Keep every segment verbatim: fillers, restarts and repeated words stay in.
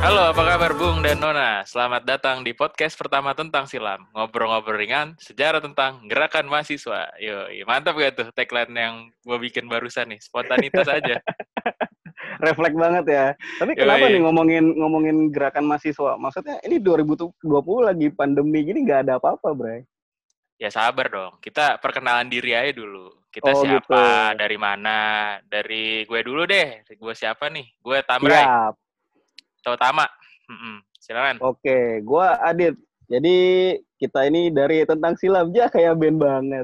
Halo, apa kabar Bung dan Nona? Selamat datang di podcast pertama tentang silam. Ngobrol-ngobrol ringan, sejarah tentang gerakan mahasiswa. Yo, mantap gak tuh tagline yang gue bikin barusan nih? Spontanitas aja. Refleks banget ya. Tapi kenapa nih Yoi. ngomongin ngomongin gerakan mahasiswa? Maksudnya ini dua ribu dua puluh lagi pandemi gini nggak ada apa-apa, Bray. Ya sabar dong. Kita perkenalan diri aja dulu. Kita Oh gitu. siapa? Dari mana? Dari gue dulu deh. Gue siapa nih? Gue Tamrai. Siap. Atau Tama. Mm-mm. Silakan. Oke, gua Adit. Jadi kita ini dari tentang silam aja kayak band banget.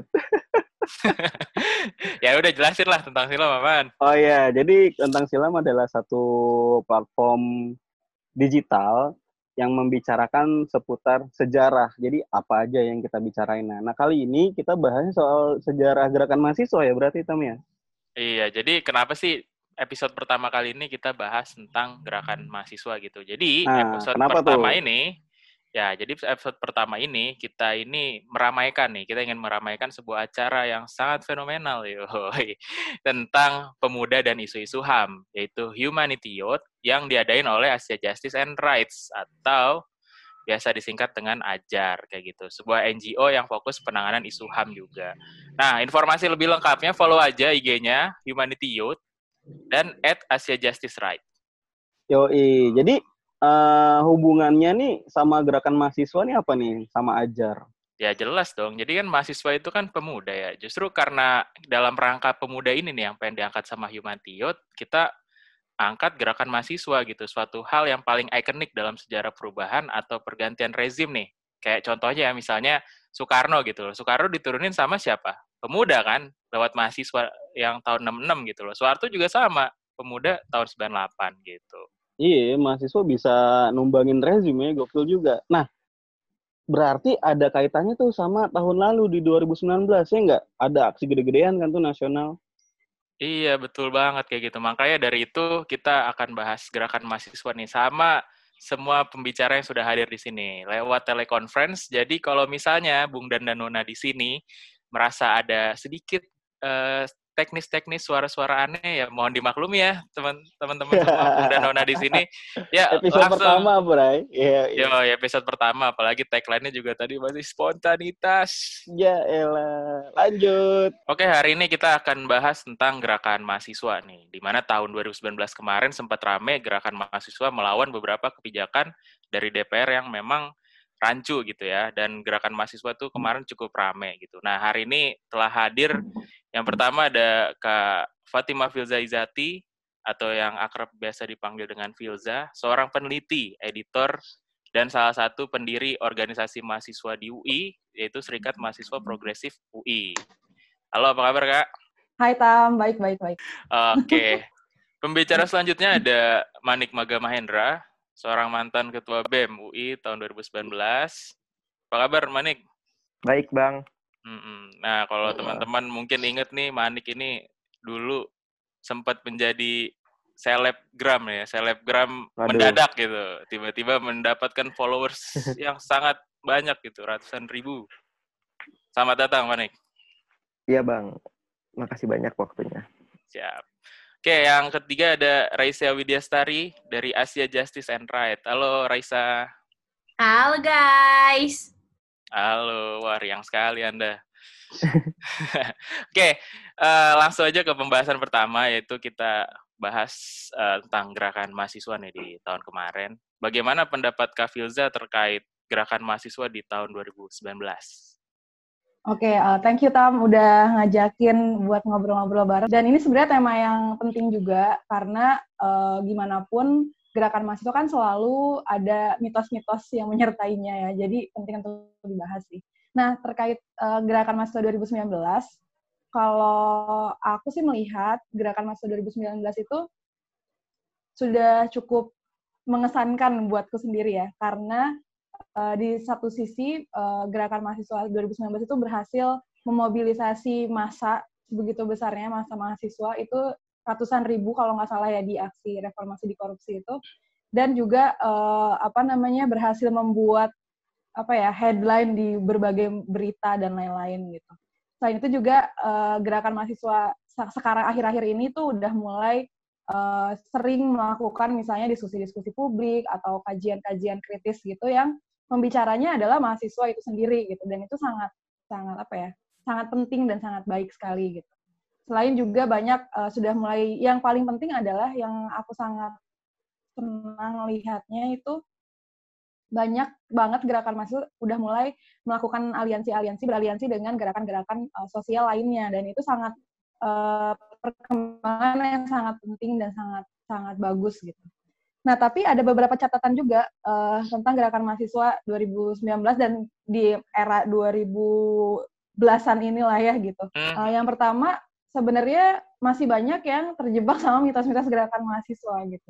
Ya udah jelasin lah tentang silam apaan. Oh iya, jadi tentang silam adalah satu platform digital yang membicarakan seputar sejarah. Jadi apa aja yang kita bicarain. Nah, kali ini kita bahasnya soal sejarah gerakan mahasiswa ya berarti, Tam ya? Iya, jadi kenapa sih episode pertama kali ini kita bahas tentang gerakan mahasiswa gitu. Jadi Nah, episode kenapa pertama tuh? ini, ya jadi episode pertama ini kita ini meramaikan nih, kita ingin meramaikan sebuah acara yang sangat fenomenal yoi, tentang pemuda dan isu-isu H A M, yaitu Humanity Youth yang diadain oleh Asia Justice and Rights atau biasa disingkat dengan AJAR kayak gitu. Sebuah N G O yang fokus penanganan isu H A M juga. Nah, informasi lebih lengkapnya follow aja I G-nya Humanity Youth dan at Asia Justice Right. Yoi, jadi uh, hubungannya nih sama gerakan mahasiswa nih apa nih? Sama AJAR? Ya jelas dong, jadi kan mahasiswa itu kan pemuda ya. Justru karena dalam rangka pemuda ini nih yang pengen diangkat sama Humanity Youth, kita angkat gerakan mahasiswa gitu, suatu hal yang paling ikonik dalam sejarah perubahan atau pergantian rezim nih. Kayak contohnya misalnya Soekarno gitu loh. Soekarno diturunin sama siapa? Pemuda kan, lewat mahasiswa yang tahun enam puluh enam gitu loh. Soeharto juga sama, pemuda tahun sembilan puluh delapan gitu. Iya, mahasiswa bisa numbangin resume, gokil juga. Nah, berarti ada kaitannya tuh sama tahun lalu di dua ribu sembilan belas, ya nggak? Ada aksi gede-gedean kan tuh nasional. Iya, betul banget kayak gitu. Makanya dari itu kita akan bahas gerakan mahasiswa nih sama semua pembicara yang sudah hadir di sini lewat teleconference. Jadi kalau misalnya Bung dan Nona di sini merasa ada sedikit eh, teknis-teknis suara-suara aneh ya mohon dimaklumi ya teman-teman semua Bung dan Nona di sini. Ya Episode langsung pertama, Bray. Iya, yo iya. episode pertama apalagi tagline-nya juga tadi masih spontanitas. Ya elah. Lanjut. Oke, hari ini kita akan bahas tentang gerakan mahasiswa nih, di mana tahun dua ribu sembilan belas kemarin sempat rame gerakan mahasiswa melawan beberapa kebijakan dari D P R yang memang rancu gitu ya, dan gerakan mahasiswa tuh kemarin cukup rame gitu. Nah, hari ini telah hadir yang pertama ada Kak Fatimah Filza Izati, atau yang akrab biasa dipanggil dengan Filza, seorang peneliti, editor, dan salah satu pendiri organisasi mahasiswa di U I, yaitu Serikat Mahasiswa Progresif U I. Halo, apa kabar, Kak? Hai, Tam. Baik, baik, baik. Oke. Pembicara selanjutnya ada Manik Maga Mahendra, seorang mantan Ketua B E M U I tahun dua ribu sembilan belas. Apa kabar, Manik? Baik, Bang. Mm-mm. Nah, kalau teman-teman mungkin inget nih, Manik ini dulu sempat menjadi selebgram ya, selebgram Waduh. mendadak gitu. Tiba-tiba mendapatkan followers yang sangat banyak gitu, ratusan ribu. Selamat datang, Manik. Iya, Bang. Makasih banyak waktunya. Siap. Oke, yang ketiga ada Raisa Widyastari dari Asia Justice and Right. Halo, Raisa. Halo, guys. Halo, wah riang sekali Anda. Oke, uh, langsung aja ke pembahasan pertama, yaitu kita bahas uh, tentang gerakan mahasiswa nih di tahun kemarin. Bagaimana pendapat Kak Filza terkait gerakan mahasiswa di tahun dua ribu sembilan belas? Oke, okay, uh, thank you Tam udah ngajakin buat ngobrol-ngobrol bareng. Dan ini sebenarnya tema yang penting juga karena uh, gimana pun gerakan mahasiswa kan selalu ada mitos-mitos yang menyertainya ya. Jadi penting untuk dibahas sih. Nah, terkait uh, gerakan mahasiswa dua ribu sembilan belas, kalau aku sih melihat gerakan mahasiswa dua ribu sembilan belas itu sudah cukup mengesankan buatku sendiri ya, karena Uh, di satu sisi uh, gerakan mahasiswa dua ribu sembilan belas itu berhasil memobilisasi massa begitu besarnya, massa mahasiswa itu ratusan ribu kalau nggak salah ya di aksi reformasi di korupsi itu, dan juga uh, apa namanya berhasil membuat apa ya headline di berbagai berita dan lain-lain gitu. Selain itu juga uh, gerakan mahasiswa sekarang akhir-akhir ini tuh udah mulai uh, sering melakukan misalnya diskusi-diskusi publik atau kajian-kajian kritis gitu yang pembicaranya adalah mahasiswa itu sendiri gitu, dan itu sangat sangat apa ya sangat penting dan sangat baik sekali gitu. Selain juga banyak uh, sudah mulai, yang paling penting adalah yang aku sangat senang lihatnya itu banyak banget gerakan mahasiswa udah mulai melakukan aliansi-aliansi, beraliansi dengan gerakan-gerakan uh, sosial lainnya, dan itu sangat uh, perkembangan yang sangat penting dan sangat sangat bagus gitu. Nah, tapi ada beberapa catatan juga uh, tentang gerakan mahasiswa dua ribu sembilan belas dan di era dua ribu belasan inilah ya gitu. Uh, yang pertama, sebenarnya masih banyak yang terjebak sama mitos-mitos gerakan mahasiswa gitu.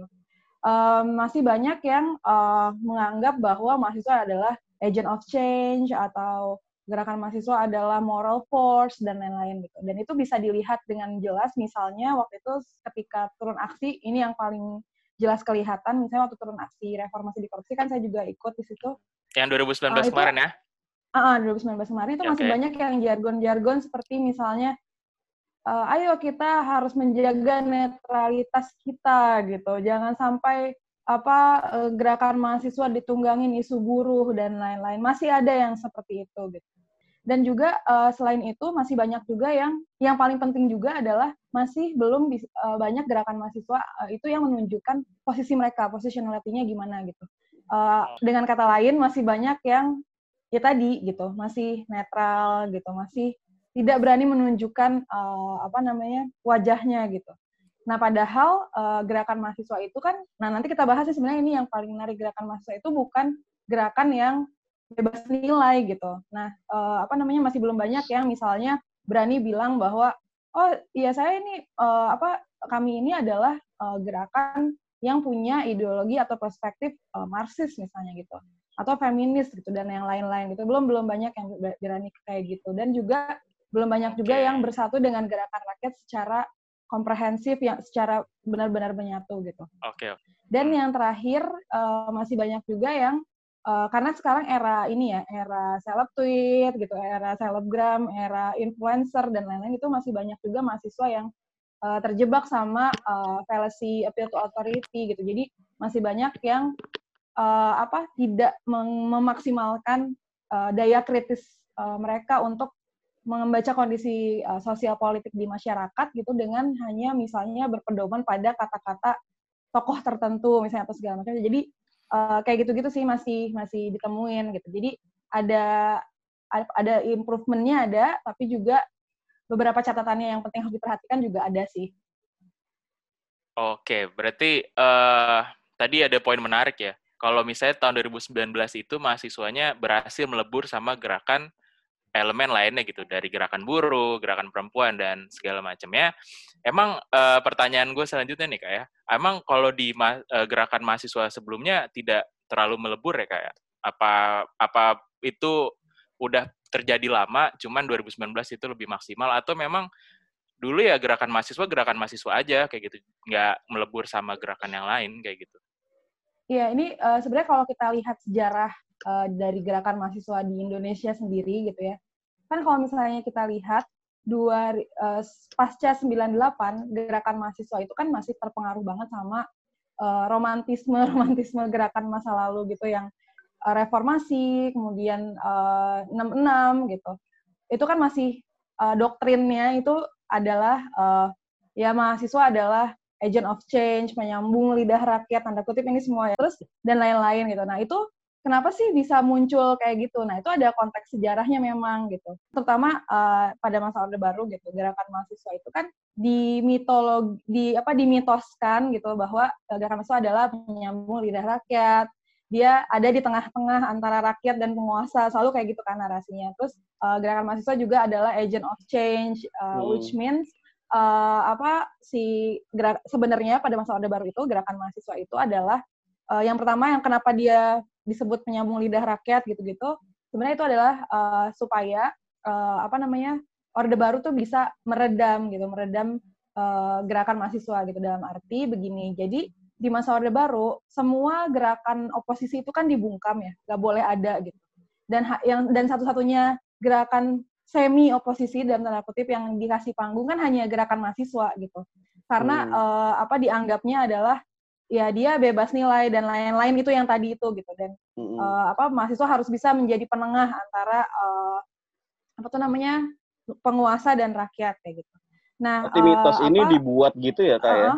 Uh, masih banyak yang uh, menganggap bahwa mahasiswa adalah agent of change atau gerakan mahasiswa adalah moral force dan lain-lain gitu. Dan itu bisa dilihat dengan jelas, misalnya waktu itu ketika turun aksi, ini yang paling jelas kelihatan, misalnya waktu turun aksi reformasi di korupsi, kan saya juga ikut di situ. Yang dua ribu sembilan belas uh, itu, kemarin ya? Uh, dua ribu sembilan belas kemarin itu ya, masih okay. banyak yang jargon-jargon seperti misalnya, uh, ayo kita harus menjaga netralitas kita gitu, jangan sampai apa uh, gerakan mahasiswa ditunggangin isu buruh dan lain-lain. Masih ada yang seperti itu gitu. Dan juga uh, selain itu masih banyak juga yang yang paling penting juga adalah masih belum bis, uh, banyak gerakan mahasiswa uh, itu yang menunjukkan posisi mereka, positionality-nya gimana gitu. Uh, dengan kata lain masih banyak yang ya tadi gitu, masih netral gitu, masih tidak berani menunjukkan uh, apa namanya wajahnya gitu. Nah, padahal uh, gerakan mahasiswa itu kan, nah nanti kita bahas sih sebenarnya ini yang paling menarik, gerakan mahasiswa itu bukan gerakan yang bebas nilai gitu. Nah, uh, apa namanya masih belum banyak yang misalnya berani bilang bahwa oh iya saya ini uh, apa kami ini adalah uh, gerakan yang punya ideologi atau perspektif uh, Marxis misalnya gitu, atau feminis gitu dan yang lain-lain gitu. Belum belum banyak yang berani kayak gitu, dan juga belum banyak juga yang bersatu dengan gerakan rakyat secara komprehensif yang secara benar-benar menyatu gitu. Oke. Okay. Dan yang terakhir uh, masih banyak juga yang Uh, karena sekarang era ini ya, era seleb tweet gitu, era selebgram, era influencer dan lain-lain, itu masih banyak juga mahasiswa yang uh, terjebak sama uh, fallacy appeal to authority gitu. Jadi masih banyak yang uh, apa tidak mem- memaksimalkan uh, daya kritis uh, mereka untuk membaca kondisi uh, sosial politik di masyarakat gitu dengan hanya misalnya berpedoman pada kata-kata tokoh tertentu misalnya atau segala macam. Jadi Uh, kayak gitu-gitu sih masih masih ditemuin gitu. Jadi ada ada improvement-nya ada, tapi juga beberapa catatannya yang penting harus diperhatikan juga ada sih. Oke, berarti uh, tadi ada poin menarik ya. Kalau misalnya tahun dua ribu sembilan belas itu mahasiswanya berhasil melebur sama gerakan elemen lainnya gitu, dari gerakan buruh, gerakan perempuan, dan segala macamnya. Emang uh, pertanyaan gue selanjutnya nih Kak ya, emang kalau di ma- uh, gerakan mahasiswa sebelumnya tidak terlalu melebur ya Kak ya? Apa, apa itu udah terjadi lama, cuman dua ribu sembilan belas itu lebih maksimal, atau memang dulu ya gerakan mahasiswa, gerakan mahasiswa aja kayak gitu, nggak melebur sama gerakan yang lain kayak gitu? Iya, ini uh, sebenarnya kalau kita lihat sejarah uh, dari gerakan mahasiswa di Indonesia sendiri gitu ya, kan kalau misalnya kita lihat dua uh, pasca sembilan puluh delapan gerakan mahasiswa itu kan masih terpengaruh banget sama uh, romantisme romantisme gerakan masa lalu gitu, yang uh, reformasi, kemudian uh, enam puluh enam gitu. Itu kan masih uh, doktrinnya itu adalah uh, ya mahasiswa adalah agent of change, menyambung lidah rakyat, tanda kutip ini semua ya, terus dan lain-lain gitu. Nah itu kenapa sih bisa muncul kayak gitu? Nah, itu ada konteks sejarahnya memang gitu. Terutama uh, pada masa Orde Baru gitu, gerakan mahasiswa itu kan di mitologi di apa dimitoskan gitu bahwa uh, gerakan mahasiswa adalah menyambung lidah rakyat. Dia ada di tengah-tengah antara rakyat dan penguasa, selalu kayak gitu kan narasinya. Terus uh, gerakan mahasiswa juga adalah agent of change, uh, hmm. which means uh, apa si gerak, sebenarnya pada masa Orde Baru itu gerakan mahasiswa itu adalah uh, yang pertama yang kenapa dia disebut penyambung lidah rakyat gitu-gitu, sebenarnya itu adalah uh, supaya uh, apa namanya Orde Baru tuh bisa meredam gitu, meredam uh, gerakan mahasiswa gitu, dalam arti begini. Jadi di masa Orde Baru semua gerakan oposisi itu kan dibungkam ya, nggak boleh ada gitu. Dan yang dan satu-satunya gerakan semi oposisi dalam tanda kutip yang dikasih panggung kan hanya gerakan mahasiswa gitu. karena Hmm. uh, apa dianggapnya adalah ya dia bebas nilai dan lain-lain itu yang tadi itu gitu dan Hmm. uh, apa mahasiswa harus bisa menjadi penengah antara uh, apa tuh namanya penguasa dan rakyat kayak gitu. Nah, Berarti mitos uh, ini apa dibuat gitu ya kak ya? uh,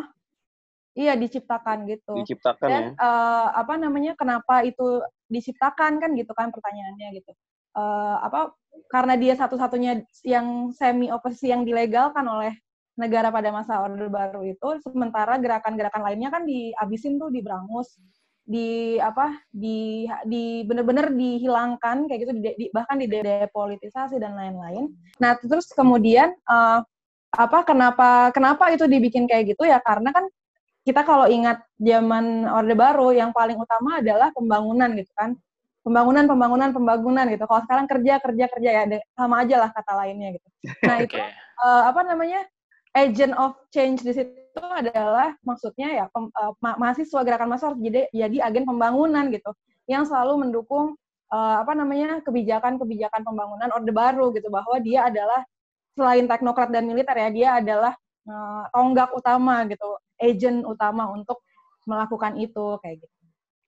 iya diciptakan gitu. Diciptakan Dan ya? uh, apa namanya kenapa itu diciptakan kan gitu kan pertanyaannya gitu. Uh, apa karena dia satu-satunya yang semi oposisi yang dilegalkan oleh negara pada masa Orde Baru itu, sementara gerakan-gerakan lainnya kan dihabisin tuh, diberangus, di apa, di di benar-benar dihilangkan kayak gitu, di, di, bahkan didepolitisasi dan lain-lain. Nah terus kemudian uh, apa kenapa kenapa itu dibikin kayak gitu ya karena kan kita kalau ingat zaman Orde Baru yang paling utama adalah pembangunan gitu kan. Pembangunan, pembangunan, pembangunan gitu. Kalau sekarang kerja, kerja, kerja ya sama aja lah kata lainnya gitu. Nah itu Okay. uh, apa namanya agent of change di situ adalah maksudnya ya pem, uh, ma- mahasiswa gerakan mahasiswa harus jadi jadi agen pembangunan gitu yang selalu mendukung uh, apa namanya kebijakan-kebijakan pembangunan Orde Baru gitu bahwa dia adalah selain teknokrat dan militer ya dia adalah uh, tonggak utama gitu, agent utama untuk melakukan itu kayak gitu.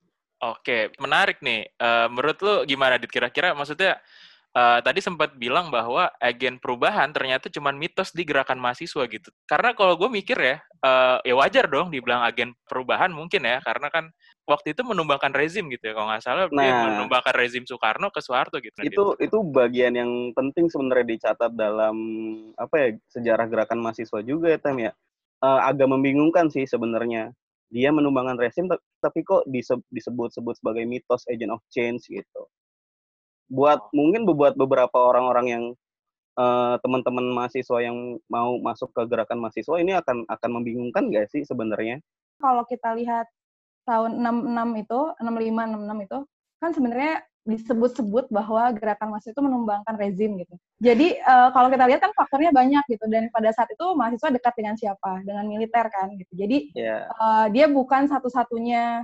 Oke, menarik nih. Uh, menurut lu gimana, Dit? Kira-kira maksudnya uh, tadi sempat bilang bahwa agen perubahan ternyata cuma mitos di gerakan mahasiswa gitu. Karena kalau gue mikir ya, uh, ya wajar dong dibilang agen perubahan mungkin ya, karena kan waktu itu menumbangkan rezim gitu ya. Kalau nggak salah dia Nah, menumbangkan rezim Soekarno ke Soeharto gitu. itu itu bagian yang penting sebenarnya dicatat dalam apa ya sejarah gerakan mahasiswa juga ya Tem ya. Uh, agak membingungkan sih sebenarnya. Dia menumbangkan rezim tapi kok disebut-sebut sebagai mitos agent of change gitu. Buat Oh. mungkin buat beberapa orang-orang yang uh, teman-teman mahasiswa yang mau masuk ke gerakan mahasiswa ini akan akan membingungkan nggak sih sebenarnya? Kalau kita lihat tahun enam puluh enam itu, enam puluh lima, enam puluh enam itu kan sebenarnya disebut-sebut bahwa gerakan mahasiswa itu menumbangkan rezim gitu. Jadi uh, kalau kita lihat kan faktornya banyak gitu dan pada saat itu mahasiswa dekat dengan siapa? Dengan militer kan gitu. Jadi yeah. uh, dia bukan satu-satunya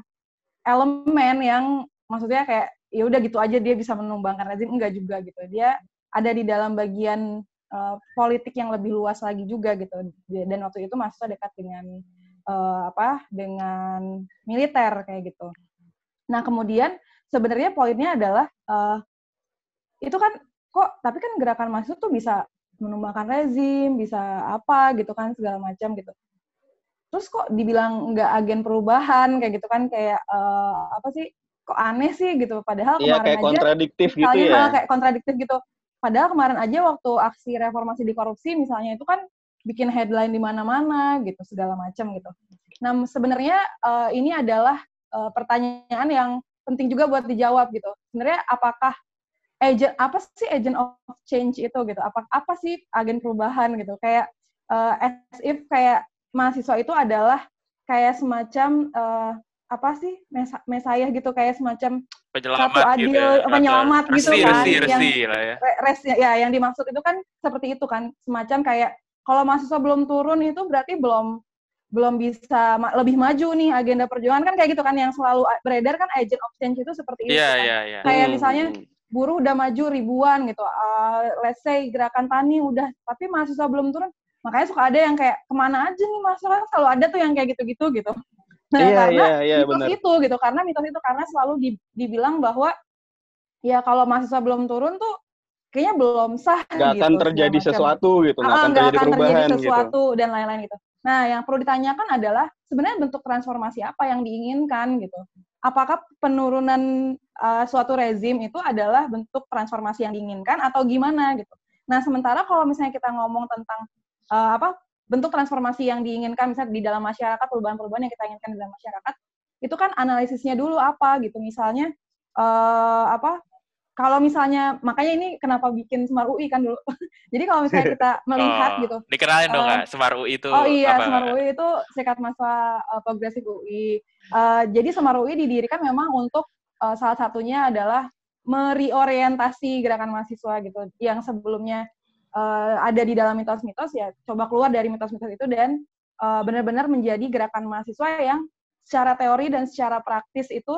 elemen yang maksudnya kayak ya udah gitu aja dia bisa menumbangkan rezim, enggak juga gitu. Dia ada di dalam bagian uh, politik yang lebih luas lagi juga gitu. Dan waktu itu mahasiswa dekat dengan uh, apa? Dengan militer kayak gitu. Nah, kemudian sebenarnya poinnya adalah uh, itu kan kok tapi kan gerakan mahasiswa tuh bisa menumbangkan rezim, bisa apa gitu kan segala macam gitu. Terus kok dibilang nggak agen perubahan kayak gitu kan kayak uh, apa sih kok aneh sih gitu padahal Iya, kemarin kayak aja kontradiktif misalnya gitu ya. kayak kontradiktif gitu padahal kemarin aja waktu aksi reformasi di korupsi misalnya itu kan bikin headline di mana-mana gitu segala macam gitu. Nah sebenarnya uh, ini adalah uh, pertanyaan yang penting juga buat dijawab gitu. Sebenarnya apakah agent apa sih agent of change itu gitu? Apa apa sih agen perubahan gitu? Kayak uh, as if kayak mahasiswa itu adalah kayak semacam uh, apa sih mes- mesayah gitu kayak semacam satu penyelamat adil gitu ya, penyelamat atau gitu resi, kan resi, yang resi lah ya. res ya yang dimaksud itu kan seperti itu kan semacam kayak kalau mahasiswa belum turun itu berarti belum belum bisa ma- lebih maju nih agenda perjuangan kan kayak gitu kan yang selalu beredar kan agent of change itu seperti itu Iya, kan iya, iya. kayak Hmm, misalnya hmm. buruh udah maju ribuan gitu, uh, let's say gerakan tani udah, tapi mahasiswa belum turun, makanya suka ada yang kayak kemana aja nih mahasiswa, selalu ada tuh yang kayak gitu-gitu gitu. Nah Iya, karena iya, iya, mitos benar. itu gitu, karena mitos itu karena selalu di, dibilang bahwa ya kalau mahasiswa belum turun tuh kayaknya belum sah Nggak gitu. akan terjadi segala macam. sesuatu gitu, nggak Ah, akan nggak terjadi akan perubahan terjadi gitu. sesuatu dan lain-lain gitu. Nah yang perlu ditanyakan adalah sebenarnya bentuk transformasi apa yang diinginkan gitu. Apakah penurunan uh, suatu rezim itu adalah bentuk transformasi yang diinginkan atau gimana gitu. Nah sementara kalau misalnya kita ngomong tentang uh, apa bentuk transformasi yang diinginkan misalnya di dalam masyarakat, perubahan-perubahan yang kita inginkan di dalam masyarakat, itu kan analisisnya dulu apa gitu. Misalnya uh, apa kalau misalnya makanya ini kenapa bikin Semar U I kan dulu. Jadi kalau misalnya kita melihat Oh, gitu. dikenalin dong uh, nggak, Semar U I itu Oh iya, apa? Semar U I itu Serikat Mahasiswa uh, Progresif U I. Uh, jadi Semar U I didirikan memang untuk uh, salah satunya adalah mereorientasi gerakan mahasiswa gitu, yang sebelumnya uh, ada di dalam mitos-mitos ya, coba keluar dari mitos-mitos itu dan uh, benar-benar menjadi gerakan mahasiswa yang secara teori dan secara praktis itu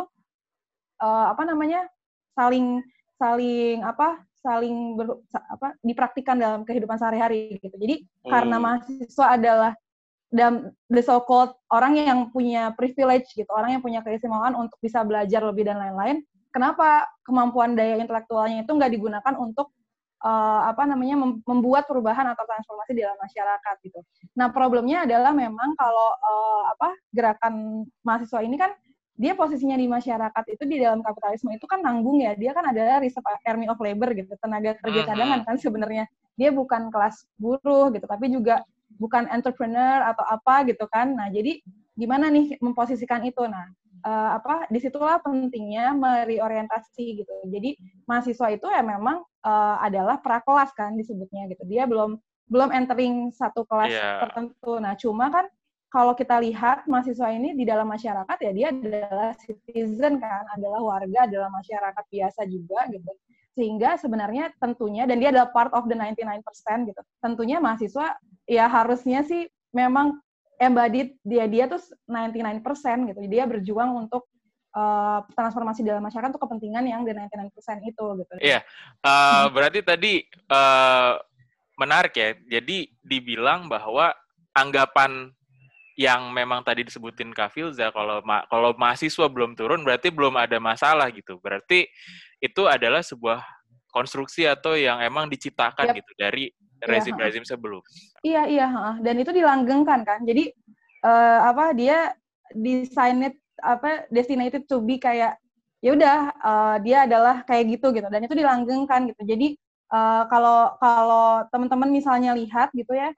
uh, apa namanya saling saling apa saling ber, apa dipraktikkan dalam kehidupan sehari-hari gitu. Jadi hmm. karena mahasiswa adalah dan the so-called orang yang punya privilege gitu, orang yang punya keistimewaan untuk bisa belajar lebih dan lain-lain, kenapa kemampuan daya intelektualnya itu nggak digunakan untuk uh, apa namanya mem- membuat perubahan atau transformasi di dalam masyarakat gitu. Nah, problemnya adalah memang kalau uh, apa gerakan mahasiswa ini kan dia posisinya di masyarakat itu di dalam kapitalisme itu kan nanggung ya, dia kan adalah reserve army of labor gitu, tenaga kerja cadangan kan sebenarnya. Dia bukan kelas buruh gitu, tapi juga bukan entrepreneur atau apa gitu kan. Nah, jadi gimana nih memposisikan itu? Nah, uh, apa disitulah pentingnya mereorientasi gitu. Jadi mahasiswa itu ya memang uh, adalah prakelas kan disebutnya gitu. Dia belum belum entering satu kelas yeah. tertentu. Nah, cuma kan kalau kita lihat mahasiswa ini di dalam masyarakat ya dia adalah citizen kan, adalah warga, adalah masyarakat biasa juga gitu. Sehingga sebenarnya tentunya, dan dia adalah part of the ninety-nine percent gitu, tentunya mahasiswa ya harusnya sih memang embodied dia dia tuh ninety-nine percent gitu, dia berjuang untuk uh, transformasi dalam masyarakat untuk kepentingan yang the ninety-nine percent itu gitu. Iya, uh, berarti tadi uh, menarik ya, jadi dibilang bahwa anggapan yang memang tadi disebutin Kak Filza, kalau ma- kalau mahasiswa belum turun berarti belum ada masalah gitu. Berarti itu adalah sebuah konstruksi atau yang emang diciptakan yep. gitu dari rezim-rezim iya, sebelum. Iya iya, dan itu dilanggengkan kan. Jadi uh, apa dia designed apa designated to be kayak ya udah uh, dia adalah kayak gitu gitu dan itu dilanggengkan gitu. Jadi uh, kalau kalau teman-teman misalnya lihat gitu ya,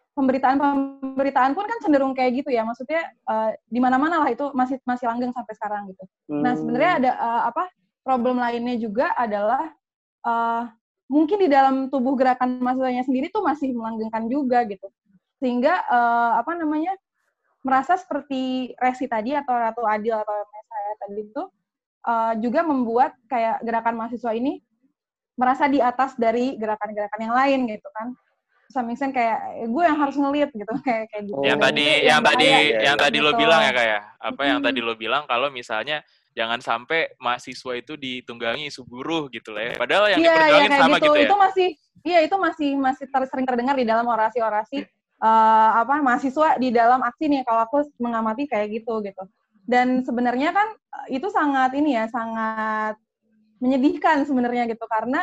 pemberitaan-pemberitaan pun kan cenderung kayak gitu ya, maksudnya uh, di mana-mana lah itu masih masih langgeng sampai sekarang gitu. Hmm. Nah sebenarnya ada uh, apa problem lainnya juga adalah uh, mungkin di dalam tubuh gerakan mahasiswanya sendiri tuh masih melanggengkan juga gitu, sehingga uh, apa namanya merasa seperti Resi tadi atau Ratu Adil atau saya tadi itu uh, juga membuat kayak gerakan mahasiswa ini merasa di atas dari gerakan-gerakan yang lain gitu kan. Samingsen kayak gue yang harus ngelit gitu kayak kayak gitu. Yang dan tadi yang, yang tadi ya, yang tadi lo bilang ya kayak apa hmm. yang tadi lo bilang kalau misalnya jangan sampai mahasiswa itu ditunggangi isu buruh gitu lah ya. Padahal yang yeah, diperjuangin yeah, sama gitu. gitu ya. Itu masih iya itu masih masih ter- sering terdengar di dalam orasi-orasi uh, apa mahasiswa di dalam aksi nih kalau aku mengamati kayak gitu gitu. Dan sebenarnya kan itu sangat ini ya sangat menyedihkan sebenarnya gitu karena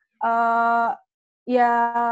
uh, ya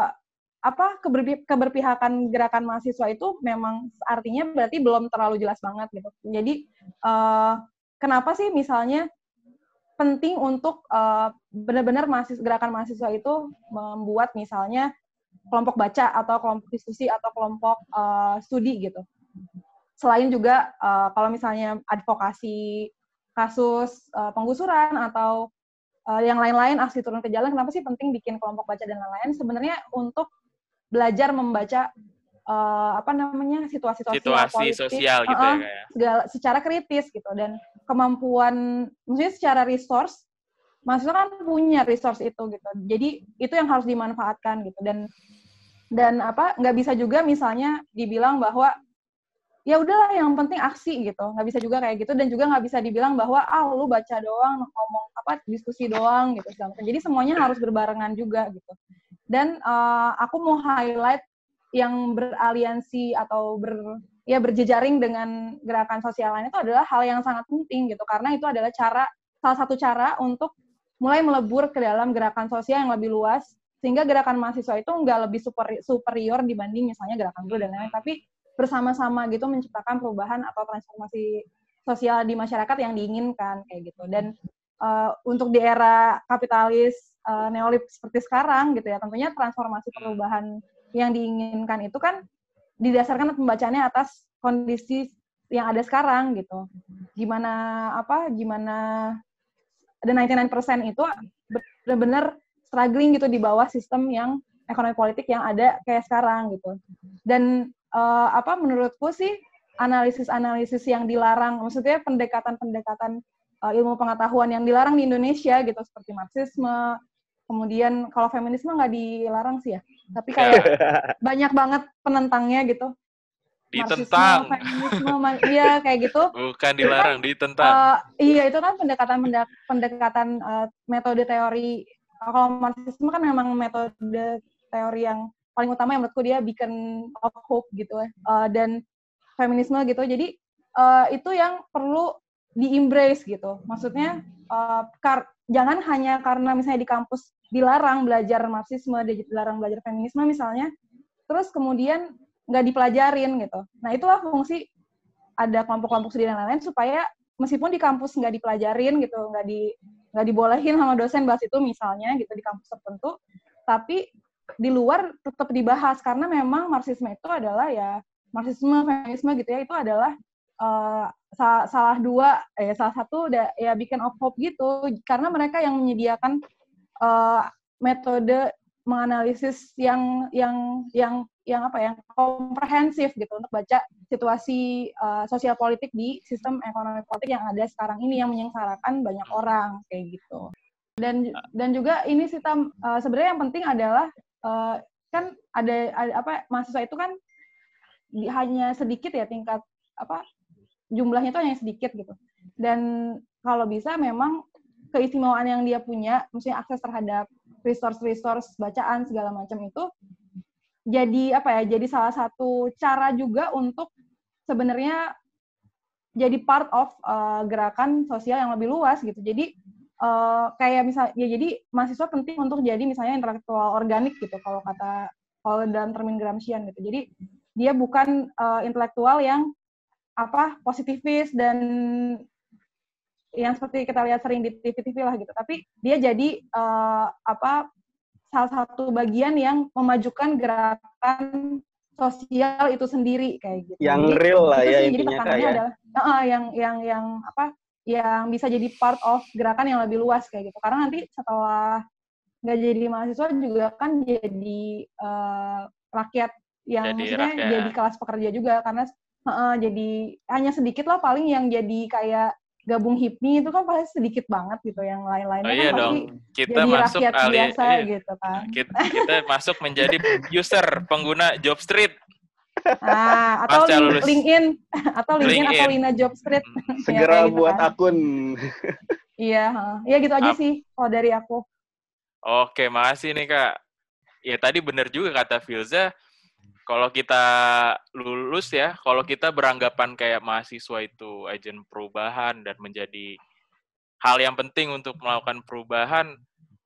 apa keberpi- keberpihakan gerakan mahasiswa itu memang artinya berarti belum terlalu jelas banget gitu. Jadi uh, kenapa sih misalnya penting untuk uh, benar-benar mahasiswa, gerakan mahasiswa itu membuat misalnya kelompok baca atau kelompok diskusi atau kelompok uh, studi gitu. Selain juga uh, kalau misalnya advokasi kasus uh, penggusuran atau uh, yang lain-lain aksi turun ke jalan, kenapa sih penting bikin kelompok baca dan lain-lain? Sebenarnya untuk belajar membaca uh, apa namanya situasi sosial, situasi politik, sosial gitu uh-uh, ya kayak. Segala secara kritis gitu dan kemampuan, maksudnya secara resource, maksudnya kan punya resource itu gitu. Jadi itu yang harus dimanfaatkan gitu dan dan apa nggak bisa juga misalnya dibilang bahwa ya udahlah yang penting aksi gitu, nggak bisa juga kayak gitu dan juga nggak bisa dibilang bahwa ah lu baca doang, ngomong apa diskusi doang gitu. Jadi semuanya harus berbarengan juga gitu. Dan uh, aku mau highlight yang beraliansi atau ber ya berjejaring dengan gerakan sosial lain itu adalah hal yang sangat penting gitu karena itu adalah cara salah satu cara untuk mulai melebur ke dalam gerakan sosial yang lebih luas sehingga gerakan mahasiswa itu nggak lebih super, superior dibanding misalnya gerakan buruh dan lain-lain tapi bersama-sama gitu menciptakan perubahan atau transformasi sosial di masyarakat yang diinginkan kayak gitu dan uh, untuk di era kapitalis uh, neolib seperti sekarang gitu ya tentunya transformasi perubahan yang diinginkan itu kan didasarkan pembacaannya atas kondisi yang ada sekarang gitu gimana apa gimana ada ninety-nine percent itu benar-benar struggling gitu di bawah sistem yang ekonomi politik yang ada kayak sekarang gitu dan uh, apa menurutku sih analisis-analisis yang dilarang maksudnya pendekatan-pendekatan uh, ilmu pengetahuan yang dilarang di Indonesia gitu seperti Marxisme kemudian kalau feminisme nggak dilarang sih ya tapi kayak banyak banget penentangnya gitu ditentang Marxisme, feminisme iya kayak gitu bukan dilarang kan, ditentang uh, iya itu kan pendekatan pendekatan uh, metode teori kalau Marxisme kan memang metode teori yang paling utama yang menurutku dia beacon of hope gitu ya. Uh, dan feminisme gitu. Jadi uh, itu yang perlu di-embrace gitu. Maksudnya uh, kar- jangan hanya karena misalnya di kampus dilarang belajar marxisme, dilarang belajar feminisme misalnya, terus kemudian nggak dipelajarin gitu. Nah itulah fungsi ada kelompok-kelompok studi dan lain-lain supaya meskipun di kampus nggak dipelajarin gitu, nggak di nggak dibolehin sama dosen bahas itu misalnya gitu di kampus tertentu, tapi di luar tetap dibahas karena memang marxisme itu adalah ya marxisme feminisme gitu ya itu adalah uh, sa- salah dua eh salah satu da, ya beacon of hope gitu karena mereka yang menyediakan uh, metode menganalisis yang yang yang yang apa ya komprehensif gitu untuk baca situasi uh, sosial politik di sistem ekonomi politik yang ada sekarang ini yang menyengsarakan banyak orang kayak gitu. Dan dan juga ini sih Tam, uh, sebenarnya yang penting adalah uh, kan ada, ada apa mahasiswa itu kan di, hanya sedikit ya tingkat apa jumlahnya itu hanya sedikit gitu. Dan kalau bisa memang keistimewaan yang dia punya, misalnya akses terhadap resource-resource bacaan segala macam itu jadi apa ya? Jadi salah satu cara juga untuk sebenarnya jadi part of uh, gerakan sosial yang lebih luas gitu. Jadi uh, kayak misal ya jadi mahasiswa penting untuk jadi misalnya intelektual organik gitu kalau kata kalau dalam termin Gramscian gitu. Jadi dia bukan uh, intelektual yang apa positifis dan yang seperti kita lihat sering di T V-T V lah gitu. Tapi dia jadi uh, apa salah satu bagian yang memajukan gerakan sosial itu sendiri kayak gitu. Yang jadi, real lah ya sih, intinya jadi tekanannya kayak adalah uh, yang yang yang apa yang bisa jadi part of gerakan yang lebih luas kayak gitu. Karena nanti setelah nggak jadi mahasiswa juga kan jadi uh, rakyat yang Jadi maksudnya rakyat. jadi kelas pekerja juga karena uh, jadi hanya sedikit lah paling yang jadi kayak gabung H I P M I itu kan pasti sedikit banget gitu, yang lain-lainnya Oh kan iya pasti dong, kita jadi masuk rakyat ali, biasa iya. gitu kan. Kita, kita masuk menjadi user pengguna Jobstreet. Ah, atau Pasca link, lulus. LinkedIn atau LinkedIn, LinkedIn. atau Lina Jobstreet. segera ya, gitu buat kan. akun. Iya, ya gitu aja Ap- sih kalau dari aku. Oke, makasih nih Kak. Ya tadi benar juga kata Filza, kalau kita lulus ya, kalau kita beranggapan kayak mahasiswa itu agen perubahan dan menjadi hal yang penting untuk melakukan perubahan,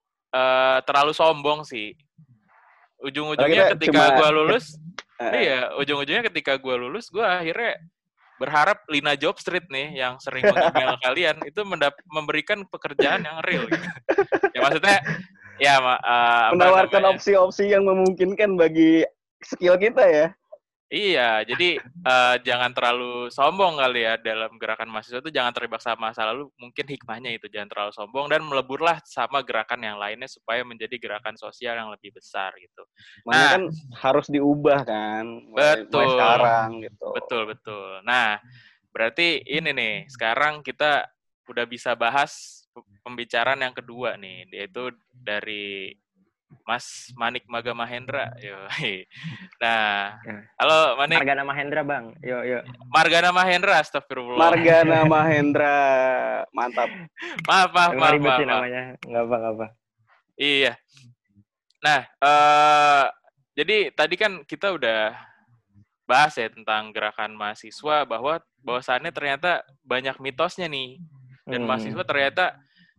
eh, terlalu sombong sih. Ujung-ujungnya ketika gue lulus, uh, iya, ujung-ujungnya ketika gue lulus, gue akhirnya berharap Lina Jobstreet nih yang sering meng-email kalian itu mendap- memberikan pekerjaan yang real gitu. Ya maksudnya ya uh, menawarkan namanya? opsi-opsi yang memungkinkan bagi skill kita ya. Iya, jadi uh, jangan terlalu sombong kali ya dalam gerakan mahasiswa itu, jangan terjebak sama masa lalu, mungkin hikmahnya itu jangan terlalu sombong dan meleburlah sama gerakan yang lainnya supaya menjadi gerakan sosial yang lebih besar gitu. Makanya nah, kan harus diubah kan, mulai, betul, mulai sekarang gitu. Betul, betul. Nah, berarti ini nih, sekarang kita udah bisa bahas pembicaraan yang kedua nih, yaitu dari Mas Manik Maga Mahendra. Yoi. Nah, halo Manik. Margana Mahendra, Bang. Yo, yo. Margana Mahendra, astagfirullah. Margana Mahendra, mantap. Maaf, maaf, Emang maaf, ribet maaf, sih maaf. namanya. Nggak apa, nggak apa. Iya. Nah, uh, jadi tadi kan kita udah bahas ya tentang gerakan mahasiswa, bahwa bahwasannya ternyata banyak mitosnya nih. Dan Hmm. mahasiswa ternyata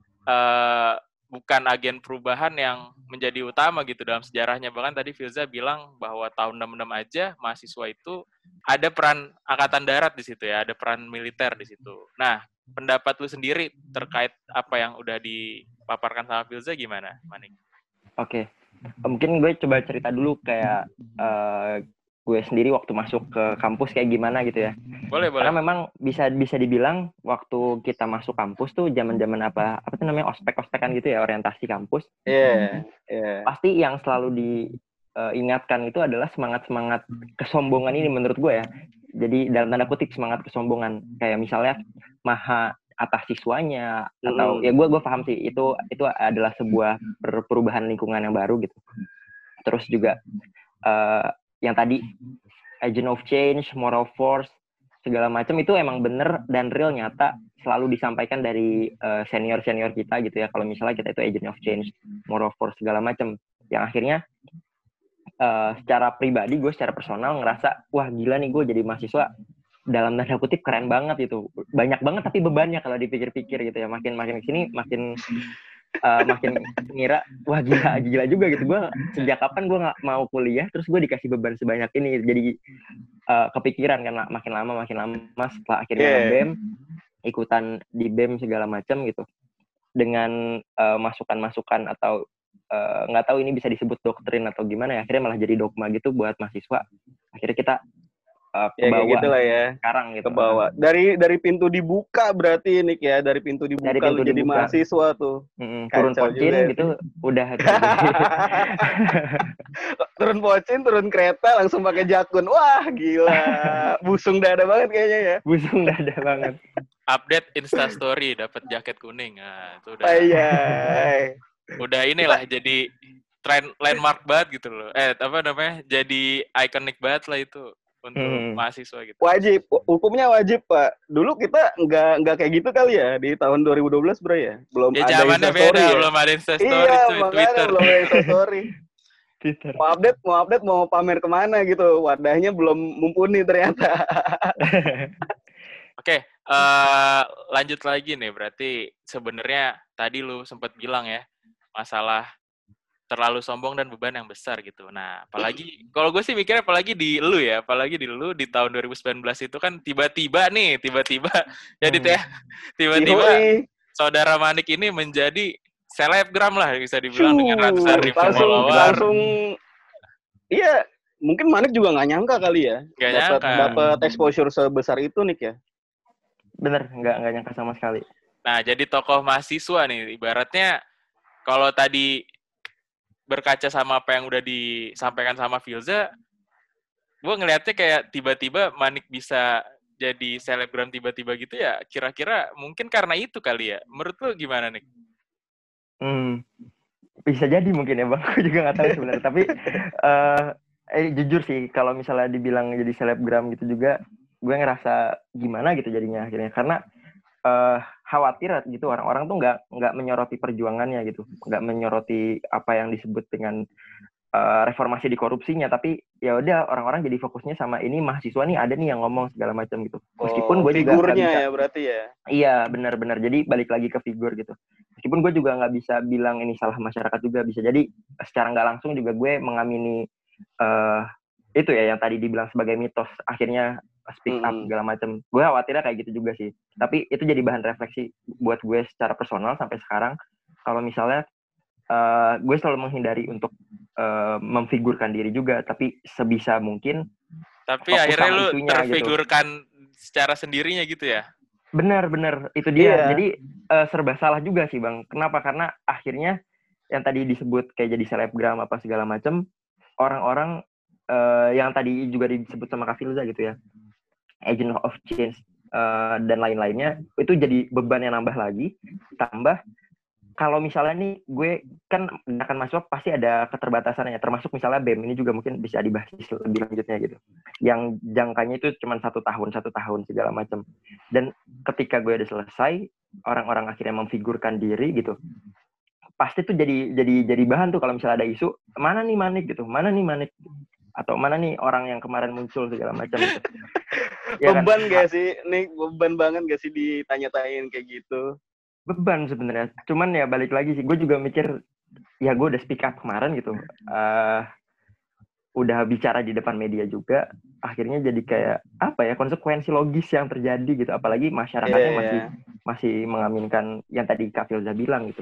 uh, bukan agen perubahan yang menjadi utama gitu dalam sejarahnya. Bahkan tadi Filza bilang bahwa tahun enam puluh enam aja mahasiswa itu ada peran angkatan darat di situ ya, ada peran militer di situ. Nah, pendapat lu sendiri terkait apa yang udah dipaparkan sama Filza gimana, Manik? Oke, mungkin gue coba cerita dulu kayak uh, gue sendiri waktu masuk ke kampus kayak gimana gitu ya. Boleh, boleh. Karena memang bisa bisa dibilang waktu kita masuk kampus tuh zaman-zaman apa apa tuh namanya ospek-ospekan gitu ya, orientasi kampus. Iya, yeah, iya. Yeah. Pasti yang selalu diingatkan uh, itu adalah semangat-semangat kesombongan ini menurut gue ya. Jadi dalam tanda kutip semangat kesombongan, kayak misalnya maha atas siswanya atau mm. ya gue gue paham sih itu itu adalah sebuah perubahan lingkungan yang baru gitu. Terus juga uh, yang tadi agent of change, moral force, segala macam itu emang bener dan real nyata selalu disampaikan dari uh, senior-senior kita gitu ya. Kalau misalnya kita itu agent of change, moral force segala macam, yang akhirnya uh, secara pribadi gue secara personal ngerasa wah gila nih gue jadi mahasiswa dalam tanda kutip keren banget itu, banyak banget tapi bebannya kalau dipikir-pikir gitu ya, makin makin kesini makin uh, makin ngira wah gila gila juga gitu, gue sejak kapan gue nggak mau kuliah terus gue dikasih beban sebanyak ini, jadi uh, kepikiran kan makin lama makin lama setelah akhirnya yeah. nge-B E M, ikutan di B E M segala macam gitu, dengan uh, masukan-masukan atau nggak uh, tahu ini bisa disebut doktrin atau gimana ya, akhirnya malah jadi dogma gitu buat mahasiswa, akhirnya kita uh, ke bawah ya, gitu lah ya. Sekarang gitu. Ke bawah. Dari dari pintu dibuka berarti Nick ya, dari pintu dibuka dari pintu lu dibuka. Jadi mahasiswa tuh. Mm-hmm. Turun pocin gitu udah turun pocin, turun kereta langsung pakai jakun. Wah, gila. Busung dada banget kayaknya ya. Busung dada banget. Update Insta story dapat jaket kuning. Nah, itu udah. Ayai. Udah inilah jadi trend landmark banget gitu loh. Eh, apa namanya? Jadi ikonik banget lah itu. Untuk hmm. mahasiswa gitu. Wajib, hukumnya wajib Pak. Dulu kita nggak nggak kayak gitu kali ya di tahun dua ribu dua belas bro ya. Belum ya, ada Instastory ya. Belum ada Instastory. Iya, itu, makanya Twitter. belum ada Instastory. Twitter. Mau update, mau update, mau pamer kemana gitu. Wadahnya belum mumpuni ternyata. Oke, okay, uh, lanjut lagi nih. Berarti sebenarnya tadi lu sempat bilang ya masalah terlalu sombong dan beban yang besar gitu. Nah, apalagi kalau gue sih mikirnya apalagi di lu ya, apalagi di lu di tahun dua ribu sembilan belas itu kan tiba-tiba nih, tiba-tiba jadi hmm. ya, tiba-tiba saudara Manik ini menjadi selebgram lah bisa dibilang Shuh, dengan ratusan ribu langsung, follower. Langsung, iya, mungkin Manik juga nggak nyangka kali ya, dapat dapat exposure sebesar itu Nick ya. Bener, nggak nggak nyangka sama sekali. Nah, jadi tokoh mahasiswa nih, ibaratnya kalau tadi berkaca sama apa yang udah disampaikan sama Filza, gue ngelihatnya kayak tiba-tiba Manik bisa jadi selebgram tiba-tiba gitu ya, kira-kira mungkin karena itu kali ya. Menurut lu gimana nih? Hmm, bisa jadi mungkin ya Bang, aku juga nggak tahu sebenarnya. Tapi uh, eh, jujur sih, kalau misalnya dibilang jadi selebgram gitu juga, gue ngerasa gimana gitu jadinya akhirnya. Karena uh, khawatir gitu orang-orang tuh nggak nggak menyoroti perjuangannya gitu, nggak menyoroti apa yang disebut dengan uh, reformasi di korupsinya, tapi ya udah orang-orang jadi fokusnya sama ini mahasiswa nih ada nih yang ngomong segala macam gitu. Meskipun oh, gue juga figurnya bisa, ya berarti ya. Iya benar-benar, jadi balik lagi ke figur gitu. Meskipun gue juga nggak bisa bilang ini salah masyarakat juga, bisa jadi secara nggak langsung juga gue mengamini uh, itu ya yang tadi dibilang sebagai mitos akhirnya speak up segala macam. Gue khawatirnya kayak gitu juga sih. Tapi itu jadi bahan refleksi buat gue secara personal sampai sekarang. Kalau misalnya uh, gue selalu menghindari untuk uh, memfigurkan diri juga, tapi sebisa mungkin. Tapi akhirnya lu terfigurkan gitu. Secara sendirinya gitu ya? Benar-benar itu dia. Yeah. Jadi uh, serba salah juga sih Bang. Kenapa? Karena akhirnya yang tadi disebut kayak jadi selebgram apa segala macam, orang-orang uh, yang tadi juga disebut sama Kak Filza gitu ya, agent of change uh, dan lain-lainnya, itu jadi beban yang nambah lagi. Tambah kalau misalnya nih gue kan akan masuk pasti ada keterbatasannya, termasuk misalnya B E M ini juga mungkin bisa dibahas lebih lanjutnya gitu, yang jangkanya itu cuma satu tahun satu tahun segala macam. Dan ketika gue udah selesai, orang-orang akhirnya memfigurkan diri gitu, pasti tuh jadi jadi jadi bahan tuh kalau misalnya ada isu mana nih Manik gitu, mana nih Manik atau mana nih orang yang kemarin muncul segala macam gitu. Ya beban kan? Gak sih, nih beban banget gak sih ditanya-tanyain kayak gitu? Beban sebenarnya, cuman ya balik lagi sih, gue juga mikir ya gue udah speak up kemarin gitu, uh, udah bicara di depan media juga, akhirnya jadi kayak apa ya, konsekuensi logis yang terjadi gitu, apalagi masyarakatnya yeah, masih yeah. masih mengaminkan yang tadi Kak Filza bilang gitu.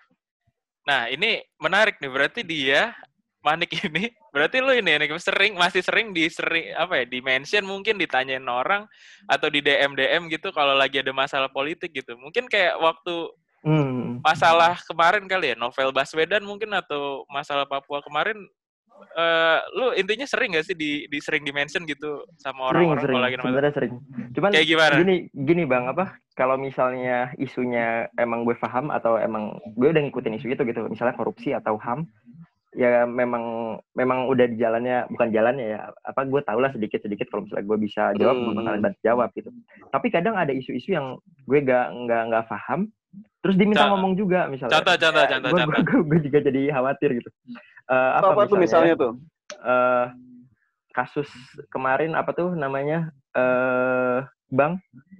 Nah ini menarik nih, berarti dia Manik ini, berarti lu ini nih sering masih sering di sering apa ya, di mention mungkin ditanyain orang atau di D M D M gitu kalau lagi ada masalah politik gitu. Mungkin kayak waktu hmm. masalah kemarin kali ya, Novel Baswedan mungkin atau masalah Papua kemarin, uh, lu intinya sering nggak sih di, di sering di mention gitu sama orang-orang kalau lagi sebenarnya sering. Cuman kayak gimana? Gini gini Bang, apa kalau misalnya isunya emang gue paham atau emang gue udah ngikutin isu itu gitu, misalnya korupsi atau H A M, ya memang memang udah di jalannya, bukan jalannya ya, apa gue tau lah sedikit-sedikit kalau misalnya gue bisa jawab, hmm. gue bakalan bantu jawab gitu. Tapi kadang ada isu-isu yang gue gak nggak nggak paham, terus diminta C- ngomong juga misalnya. Contoh, contoh, contoh, gue, contoh. Gue, gue juga jadi khawatir gitu. Uh, apa, apa tuh misalnya tuh? uh, kasus kemarin apa tuh namanya uh, Bang?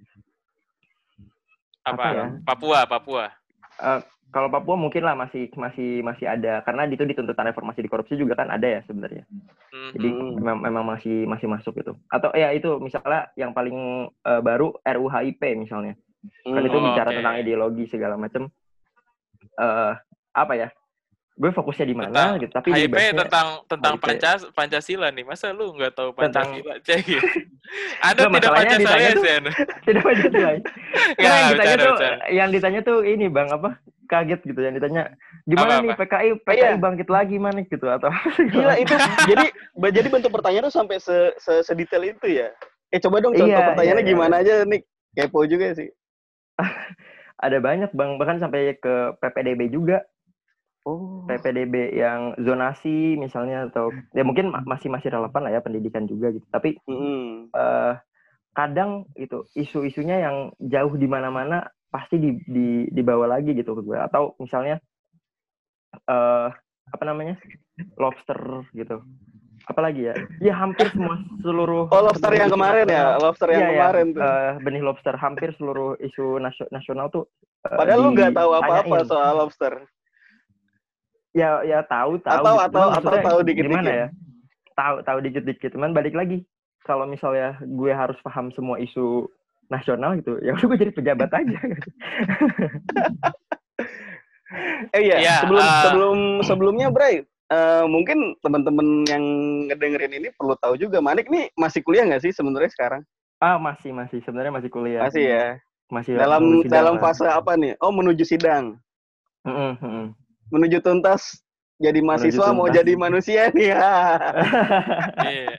Apa, apa ya? Papua, Papua. Uh, kalau Papua mungkin lah masih masih masih ada karena itu di tuntutan reformasi di korupsi juga kan ada ya sebenarnya. Mm-hmm. Jadi memang, memang masih masih masuk itu. Atau ya itu misalnya yang paling uh, baru R U H I P misalnya. Mm. Kan itu oh, bicara okay. tentang ideologi segala macam. Uh, apa ya? Gue fokusnya di mana gitu, tapi H I P tentang tentang Pancas, Pancasila nih. Masa lu nggak tahu Pancasila? Tentang... Cek. Ada tidak Pancasila ya, Sen? Tidak Pancasila. Yang ditanya tuh yang ditanya tuh ini Bang apa? Kaget gitu yang ditanya gimana apa, nih apa? P K I P K I iya. bangkit lagi mana gitu atau gila itu jadi jadi bentuk pertanyaan tuh sampai se, se sedetail itu ya. Eh coba dong contoh iya, pertanyaannya iya, gimana iya. aja nih. Kepo juga sih. Ada banyak Bang, bahkan sampai ke P P D B juga. Oh. P P D B yang zonasi misalnya atau ya mungkin masih masih relevan lah ya pendidikan juga gitu. Tapi mm. uh, kadang itu isu-isunya yang jauh di mana-mana pasti di, di dibawa lagi gitu ke gue. Atau misalnya uh, apa namanya lobster gitu. Apalagi ya? Ya hampir semua seluruh. Oh lobster yang kemarin ya, lobster yang ya, kemarin ya, tuh. Uh, benih lobster hampir seluruh isu nasional tuh. Uh, Padahal lu nggak tahu apa-apa soal lobster. Ya ya tahu tahu atau gitu. atau atau tahu dikit-dikit gimana ya tahu tahu dikit-dikit cuman balik lagi kalau misalnya gue harus paham semua isu nasional gitu ya udah gue jadi pejabat aja eh iya ya, sebelum uh... sebelum sebelumnya Bray uh, mungkin teman-teman yang ngedengerin ini perlu tahu juga Manik nih masih kuliah nggak sih sebenarnya sekarang? Ah masih masih sebenarnya masih kuliah masih ya masih dalam dalam fase apa nih? Oh menuju sidang. Mm -mm. Menuju tuntas jadi mahasiswa mau jadi manusia nih ya. Iya.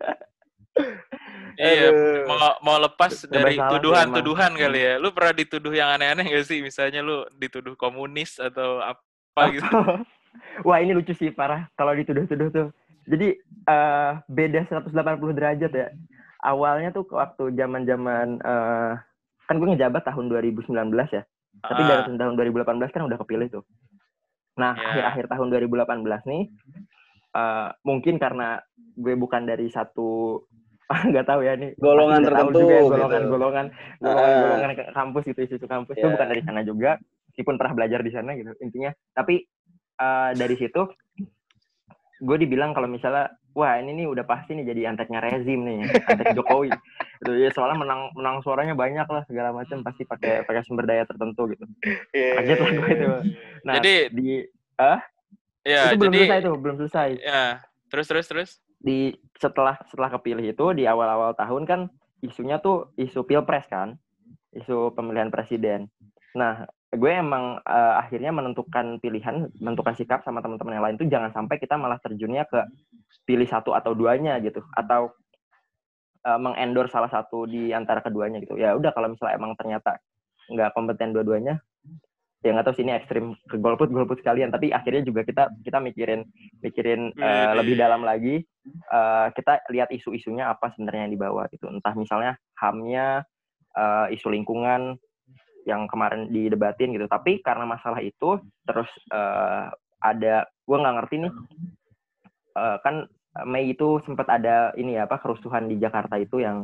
Iya, mau mau lepas dari tuduhan-tuduhan kali ya. Lu pernah dituduh yang aneh-aneh enggak sih? Misalnya lu dituduh komunis atau apa gitu. Wah, ini lucu sih parah kalau dituduh-tuduh tuh. Jadi uh, beda seratus delapan puluh derajat ya. Awalnya tuh waktu zaman-zaman uh, kan gue ngejabat tahun dua ribu sembilan belas ya. Tapi ah. dari tahun dua ribu delapan belas kan udah kepilih tuh. Nah, yeah. akhir-akhir tahun dua ribu delapan belas nih, uh, mungkin karena gue bukan dari satu, nggak tahu ya nih, golongan tertentu, juga, golongan-golongan, gitu. golongan-golongan uh. kampus gitu, isu kampus yeah. itu bukan dari sana juga, meskipun pernah belajar di sana gitu intinya. Tapi uh, dari situ, gue dibilang kalau misalnya, wah ini nih udah pasti nih jadi anteknya rezim nih, antek Jokowi. Itu ya soalnya menang menang suaranya banyak lah segala macam pasti pakai pakai sumber daya tertentu gitu. Kaget lah gue itu. Nah, jadi di ah ya, itu belum jadi, selesai tuh, belum selesai. Ya, terus terus terus. Di setelah setelah kepilih itu di awal-awal tahun kan isunya tuh isu Pilpres kan. Isu pemilihan presiden. Nah, gue emang uh, akhirnya menentukan pilihan, menentukan sikap sama teman-teman yang lain tuh jangan sampai kita malah terjunnya ke pilih satu atau duanya gitu atau Uh, mengendorse salah satu di antara keduanya gitu. Ya udah kalau misalnya emang ternyata nggak kompeten dua-duanya, ya nggak tahu sih ini ekstrim ke golput golput sekalian. Tapi akhirnya juga kita kita mikirin mikirin uh, lebih dalam lagi. Uh, kita lihat isu-isunya apa sebenarnya yang dibawa gitu. Entah misalnya H A M-nya, uh, isu lingkungan yang kemarin didebatin gitu. Tapi karena masalah itu terus uh, ada, gue nggak ngerti nih, uh, kan Mei itu sempat ada ini ya apa kerusuhan di Jakarta itu yang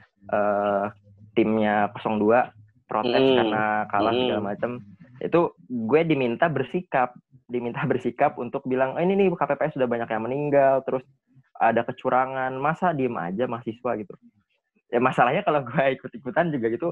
uh, timnya nol dua protes mm. karena kalah mm. segala macam. Itu gue diminta bersikap, diminta bersikap untuk bilang, oh, ini nih K P P S sudah banyak yang meninggal, terus ada kecurangan, masa diem aja mahasiswa gitu. Ya masalahnya kalau gue ikut-ikutan juga gitu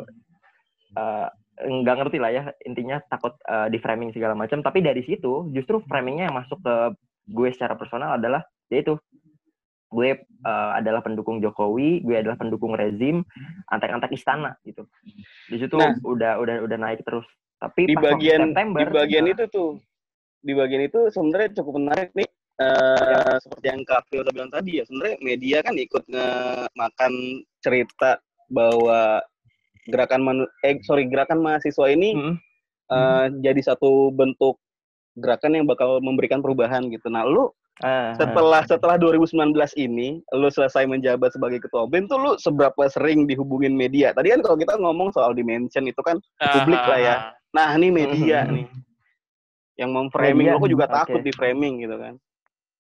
uh, nggak ngerti lah ya, intinya takut uh, di framing segala macam. Tapi dari situ justru framingnya yang masuk ke gue secara personal adalah yaitu gue uh, adalah pendukung Jokowi, gue adalah pendukung rezim, antek-antek istana gitu. Di situ nah, udah udah udah naik terus. Tapi di pas bagian September, di bagian nah, itu tuh, di bagian itu sebenarnya cukup menarik nih. Uh, ya. Seperti yang Kak Phil bilang tadi ya, sebenarnya media kan ikut ngemakan cerita bahwa gerakan manu- eh sorry gerakan mahasiswa ini hmm. Uh, hmm. jadi satu bentuk gerakan yang bakal memberikan perubahan gitu. Nah, lu Uh, setelah uh. setelah dua ribu sembilan belas ini lu selesai menjabat sebagai ketua B E M tuh lu seberapa sering dihubungin media? Tadi kan kalau kita ngomong soal dimension itu kan uh, publik lah ya. Nah, ini media uh, nih yang memframing, lu kok juga okay. takut di framing gitu kan.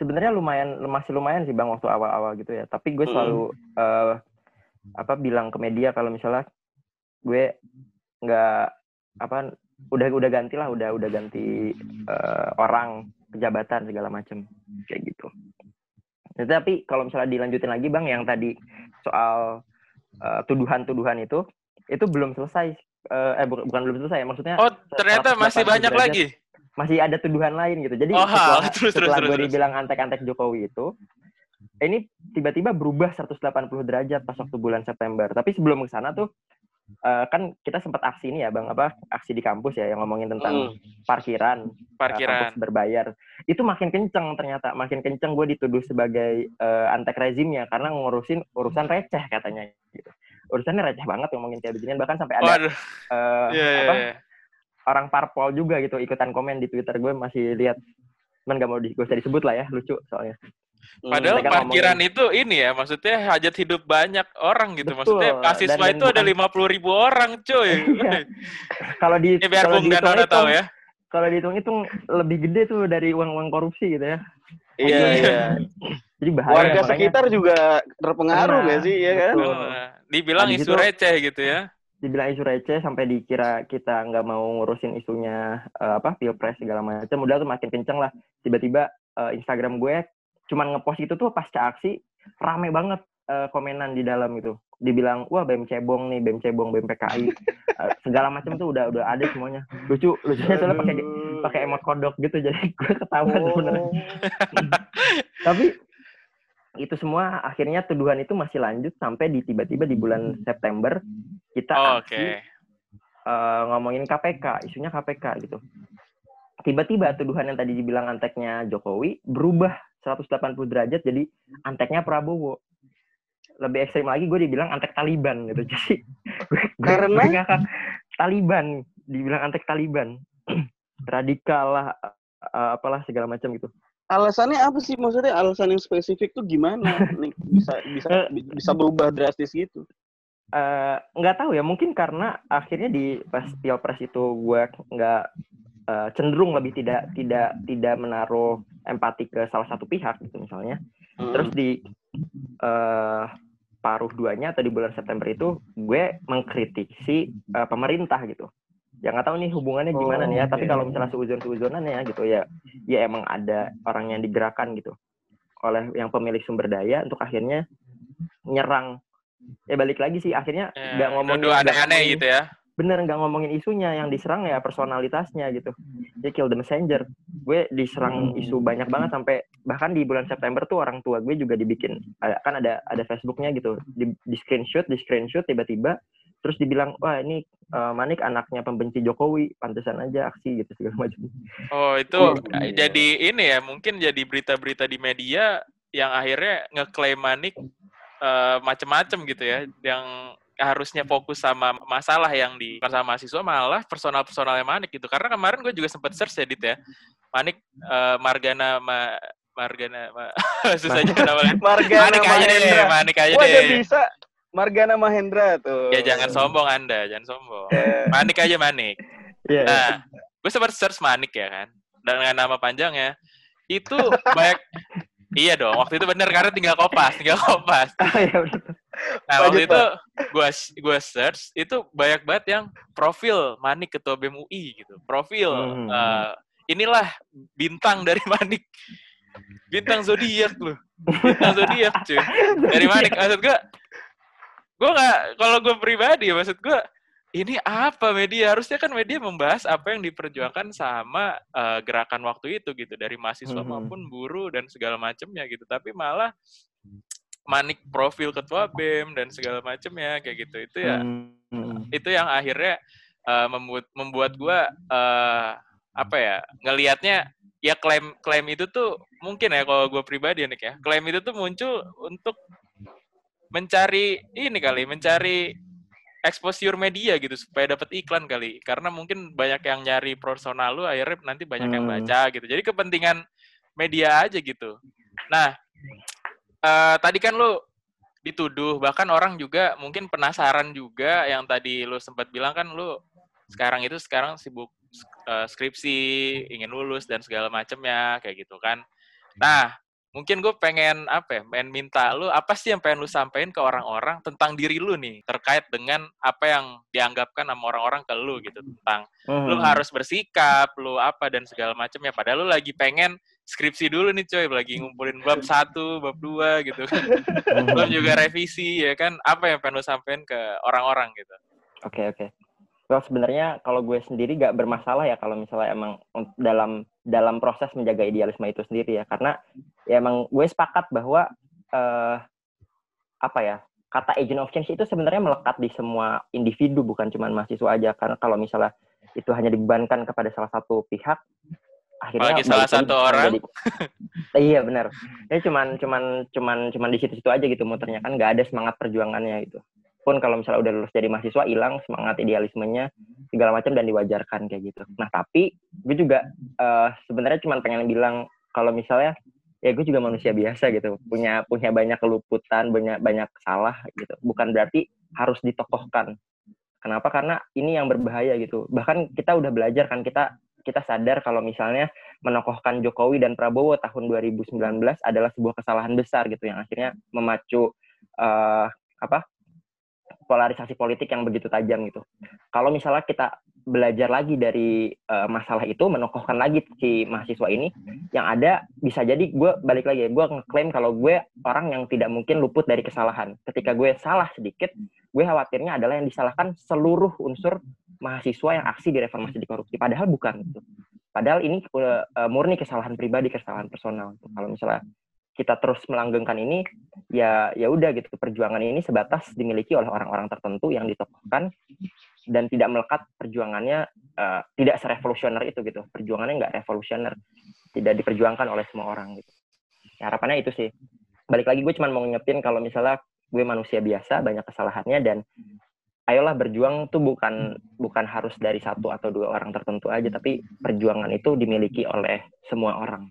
sebenarnya lumayan masih lumayan sih Bang waktu awal-awal gitu ya. Tapi gue selalu hmm. uh, apa bilang ke media kalau misalnya gue nggak apa udah udah ganti lah, udah udah ganti uh, orang, pejabatan segala macam kayak gitu. Nah, tapi kalau misalnya dilanjutin lagi Bang yang tadi soal uh, tuduhan-tuduhan itu itu belum selesai. Uh, eh bukan, bukan belum selesai, maksudnya oh ternyata masih banyak derajat, lagi. Masih ada tuduhan lain gitu. Jadi oh, setelah, terus, setelah terus, gue terus. dibilang antek-antek Jokowi itu, ini tiba-tiba berubah seratus delapan puluh derajat pas waktu bulan September. Tapi sebelum ke sana tuh, uh, kan kita sempat aksi ini ya Bang, apa aksi di kampus ya yang ngomongin tentang mm. parkiran, parkiran. Uh, kampus berbayar. Itu makin kenceng ternyata, makin kenceng gue dituduh sebagai uh, antek rezimnya karena ngurusin urusan receh katanya gitu. Urusannya receh banget ngomongin kayak beginian, bahkan sampai ada uh, yeah, apa yeah. orang parpol juga gitu ikutan komen di Twitter, gue masih lihat, cuman gak mau di, gak usah disebut lah ya, lucu soalnya. Padahal Mereka parkiran ngomongin, itu ini ya, maksudnya hajat hidup banyak orang gitu. Betul. Maksudnya mahasiswa dan, dan itu bukan, ada lima puluh ribu orang, cuy. Kalau di ya, biar Bung Danona tahu ya. Kalau dihitung-hitung lebih gede tuh dari uang-uang korupsi gitu ya. Iya, iya. Jadi bahaya. Warga makanya, sekitar juga terpengaruh nggak sih, ya kan? Nah, dibilang nah, isu receh gitu ya. Dibilang isu receh sampai dikira kita nggak mau ngurusin isunya uh, apa pilpres segala macam. Udah tuh makin kenceng lah. Tiba-tiba uh, Instagram gue cuman ngepost itu tuh pasca aksi rame banget uh, komenan di dalam gitu. Dibilang wah B E M cebong nih, B E M cebong, B E M P K I uh, segala macam tuh udah udah ada semuanya. Lucu, lucunya soalnya pakai pakai emot kodok gitu, jadi gue ketawa oh. sebenarnya. Tapi itu semua akhirnya tuduhan itu masih lanjut sampai di tiba-tiba di bulan September kita oh, aksi okay. uh, ngomongin K P K, isunya K P K gitu. Tiba-tiba tuduhan yang tadi dibilang anteknya Jokowi berubah seratus delapan puluh derajat jadi anteknya Prabowo. Lebih ekstrim lagi gue dibilang antek Taliban gitu. Jadi gue, karena gue ngakak Taliban, dibilang antek Taliban. Radikal lah, uh, apalah segala macam gitu. Alasannya apa sih? Maksudnya alasan yang spesifik tuh gimana? Nih, bisa bisa bisa berubah drastis gitu. Uh, nggak tahu ya, mungkin karena akhirnya di pas pilpres itu gue nggak uh, cenderung lebih tidak tidak tidak menaruh empati ke salah satu pihak gitu misalnya. Hmm. Terus di uh, paruh duanya atau di bulan September itu gue mengkritisi uh, pemerintah gitu. Ya nggak tahu nih hubungannya gimana oh, nih ya, okay. Tapi kalau misalnya seuzon-seuzonannya ya gitu ya, ya emang ada orang yang digerakkan gitu oleh yang pemilik sumber daya untuk akhirnya nyerang. Ya balik lagi sih akhirnya nggak ya, ngomongin aneh-aneh gitu ya. Bener, nggak ngomongin isunya, yang diserang ya personalitasnya gitu. Dia kill the messenger. Gue diserang isu banyak banget sampai bahkan di bulan September tuh orang tua gue juga dibikin, kan ada ada Facebooknya gitu, di, di screenshot, di screenshot tiba-tiba terus dibilang wah ini uh, Manik anaknya pembenci Jokowi, pantesan aja aksi gitu segala macam. Oh itu oh, iya. Jadi ini ya mungkin jadi berita-berita di media yang akhirnya ngeklaim Manik uh, macem-macem gitu ya, yang harusnya fokus sama masalah yang di sama mahasiswa malah personal-personalnya Manik gitu. Karena kemarin gue juga sempat search ya Dit ya, Manik uh, Margana ma, Margana ma, susah aja namanya. Margana Manik aja deh, Manik aja Wah, deh. bisa Margana Mahendra tuh. Ya jangan sombong Anda, jangan sombong. Manik aja Manik. Yeah, nah, yeah. Gue sempat search Manik ya kan, dengan nama panjangnya itu banyak. Iya dong, waktu itu bener karena tinggal kopas, tinggal kopas. Nah waktu itu gue gue search itu banyak banget yang profil Manik ketua B E M U I gitu, profil hmm. uh, inilah bintang dari Manik, bintang zodiak loh, bintang zodiak cuy, dari Manik. Maksud gue, gue nggak, kalau gue pribadi maksud gue ini apa media, harusnya kan media membahas apa yang diperjuangkan sama uh, gerakan waktu itu gitu, dari mahasiswa mm-hmm. maupun buruh dan segala macamnya gitu, tapi malah Manik profil ketua B E M dan segala macamnya kayak gitu. Itu ya mm-hmm. itu yang akhirnya uh, membuat membuat gue uh, apa ya, ngelihatnya ya klaim klaim itu tuh mungkin ya kalau gue pribadi nih ya, klaim itu tuh muncul untuk mencari ini kali, mencari exposure media gitu supaya dapat iklan kali, karena mungkin banyak yang nyari personal lu, akhirnya nanti banyak hmm. yang baca gitu, jadi kepentingan media aja gitu. Nah uh, tadi kan lu dituduh, bahkan orang juga mungkin penasaran juga, yang tadi lu sempat bilang kan lu sekarang itu sekarang sibuk uh, skripsi, ingin lulus dan segala macamnya kayak gitu kan. Nah mungkin gue pengen apa ya, pengen minta lu apa sih yang pengen lu sampein ke orang-orang tentang diri lu nih terkait dengan apa yang dianggapkan sama orang-orang ke lu gitu tentang hmm. lu harus bersikap, lu apa dan segala macam ya. Padahal lu lagi pengen skripsi dulu nih coy, lagi ngumpulin bab satu, bab dua gitu kan. Belum juga revisi ya kan. Apa yang pengen lu sampein ke orang-orang gitu? Oke okay, oke. Okay. Well, sebenarnya kalau gue sendiri gak bermasalah ya kalau misalnya emang dalam dalam proses menjaga idealisme itu sendiri ya, karena ya emang gue sepakat bahwa uh, apa ya, kata agent of change itu sebenarnya melekat di semua individu, bukan cuma mahasiswa aja. Karena kalau misalnya itu hanya dibebankan kepada salah satu pihak, akhirnya apalagi salah satu orang. Jadi, iya benar. Ini cuman cuman cuman cuman di situ-situ aja gitu muternya, kan nggak ada semangat perjuangannya gitu. Pun kalau misalnya udah lulus jadi mahasiswa, hilang semangat idealismenya segala macam dan diwajarkan kayak gitu. Nah tapi gue juga uh, sebenarnya cuma pengen bilang kalau misalnya ya gue juga manusia biasa gitu, punya punya banyak keluputan, banyak banyak salah gitu. Bukan berarti harus ditokohkan. Kenapa? Karena ini yang berbahaya gitu. Bahkan kita udah belajar kan, kita kita sadar kalau misalnya menokohkan Jokowi dan Prabowo tahun dua ribu sembilan belas adalah sebuah kesalahan besar gitu yang akhirnya memacu uh, apa? polarisasi politik yang begitu tajam gitu. Kalau misalnya kita belajar lagi dari uh, masalah itu, menokohkan lagi si mahasiswa ini, yang ada bisa jadi gue balik lagi, gue ngeklaim kalau gue orang yang tidak mungkin luput dari kesalahan. Ketika gue salah sedikit, gue khawatirnya adalah yang disalahkan seluruh unsur mahasiswa yang aksi di reformasi di korupsi. Padahal bukan gitu. Padahal ini uh, murni kesalahan pribadi, kesalahan personal. Kalau misalnya kita terus melanggengkan ini, ya ya udah gitu, perjuangan ini sebatas dimiliki oleh orang-orang tertentu yang ditokohkan dan tidak melekat perjuangannya, uh, tidak serevolusioner itu gitu, perjuangannya nggak revolusioner, tidak diperjuangkan oleh semua orang gitu. Ya, harapannya itu sih. Balik lagi gue cuma mau ngingetin kalau misalnya gue manusia biasa, banyak kesalahannya, dan ayolah berjuang tuh bukan bukan harus dari satu atau dua orang tertentu aja, tapi perjuangan itu dimiliki oleh semua orang.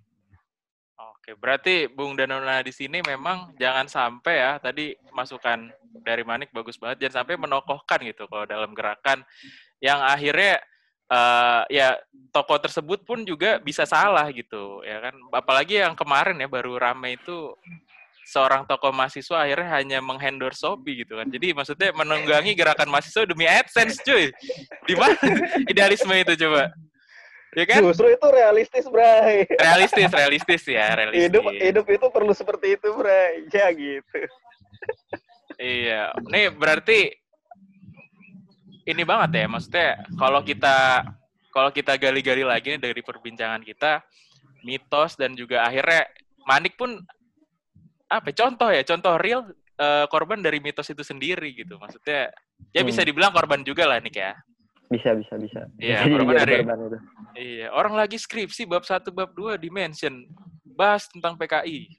Oke, berarti Bung Danona di sini memang jangan sampai ya, tadi masukan dari Manik bagus banget, jangan sampai menokohkan gitu kalau dalam gerakan yang akhirnya uh, ya tokoh tersebut pun juga bisa salah gitu ya kan. Apalagi yang kemarin ya baru rame itu seorang tokoh mahasiswa akhirnya hanya menghendorse Shopee gitu kan. Jadi maksudnya menunggangi gerakan mahasiswa demi AdSense cuy. Di mana idealisme itu coba? Ya kan? Justru itu realistis, Bray. Realistis, realistis ya, realistis. Hidup hidup itu perlu seperti itu, Bray. Ya gitu. Iya. Nih berarti ini banget ya, maksudnya kalau kita kalau kita gali-gali lagi nih dari perbincangan kita, mitos dan juga akhirnya Manik pun apa? Contoh ya, contoh real uh, korban dari mitos itu sendiri gitu. Maksudnya ya bisa dibilang korban juga lah Nik ya. Bisa, bisa, bisa. Iya, korban dari korban itu. Iya, orang lagi skripsi bab satu, bab dua di-mention. Bahas tentang P K I.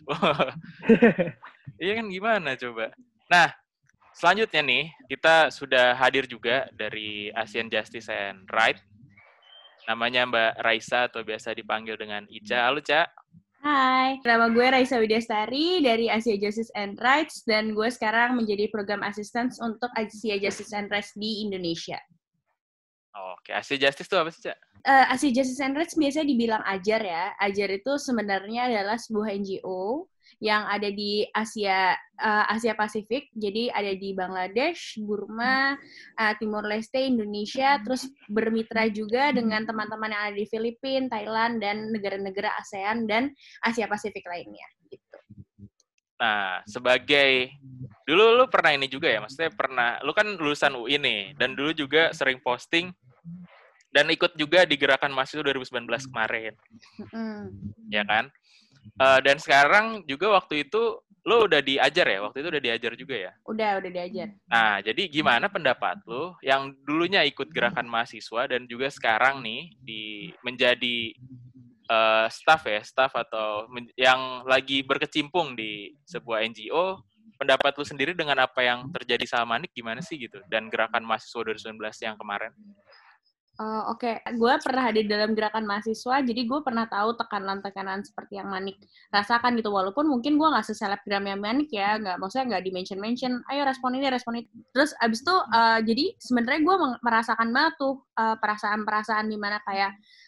Iya kan gimana coba? Nah, selanjutnya nih, kita sudah hadir juga dari Asian Justice and Right. Namanya Mbak Raisa atau biasa dipanggil dengan Ica. Halo, Ca. Hai, nama gue Raisa Widyastari dari Asia Justice and Rights, dan gue sekarang menjadi program assistance untuk Asia Justice and Rights di Indonesia. Oke, Asia Justice itu apa sih, Cak? Uh, Asia Justice and Rights biasanya dibilang Ajar ya. Ajar itu sebenarnya adalah sebuah N G O yang ada di Asia uh, Asia Pasifik. Jadi ada di Bangladesh, Burma, uh, Timor Leste, Indonesia, terus bermitra juga dengan teman-teman yang ada di Filipina, Thailand, dan negara-negara ASEAN dan Asia Pasifik lainnya. Gitu. Nah, sebagai dulu lu pernah ini juga ya, maksudnya pernah, lu kan lulusan U I nih, dan dulu juga sering posting dan ikut juga di gerakan mahasiswa dua ribu sembilan belas kemarin, mm. ya kan? Uh, dan sekarang juga waktu itu lu udah diajar ya, waktu itu udah diajar juga ya? Udah, udah diajar. Nah, jadi gimana pendapat lu yang dulunya ikut gerakan mahasiswa dan juga sekarang nih di menjadi Uh, staff ya, staff atau men- yang lagi berkecimpung di sebuah N G O, pendapat lu sendiri dengan apa yang terjadi sama Manik gimana sih gitu? Dan gerakan mahasiswa dua ribu sembilan belas yang kemarin? Uh, Oke, okay. Gue pernah hadir dalam gerakan mahasiswa, jadi gue pernah tahu tekanan-tekanan seperti yang Manik rasakan gitu. Walaupun mungkin gue nggak seselebgram yang Manik ya, nggak, maksudnya nggak di-mention-mention, ayo respon ini, respon itu. Terus abis itu, uh, jadi sebenarnya gue merasakan banget tuh uh, perasaan-perasaan dimana kayak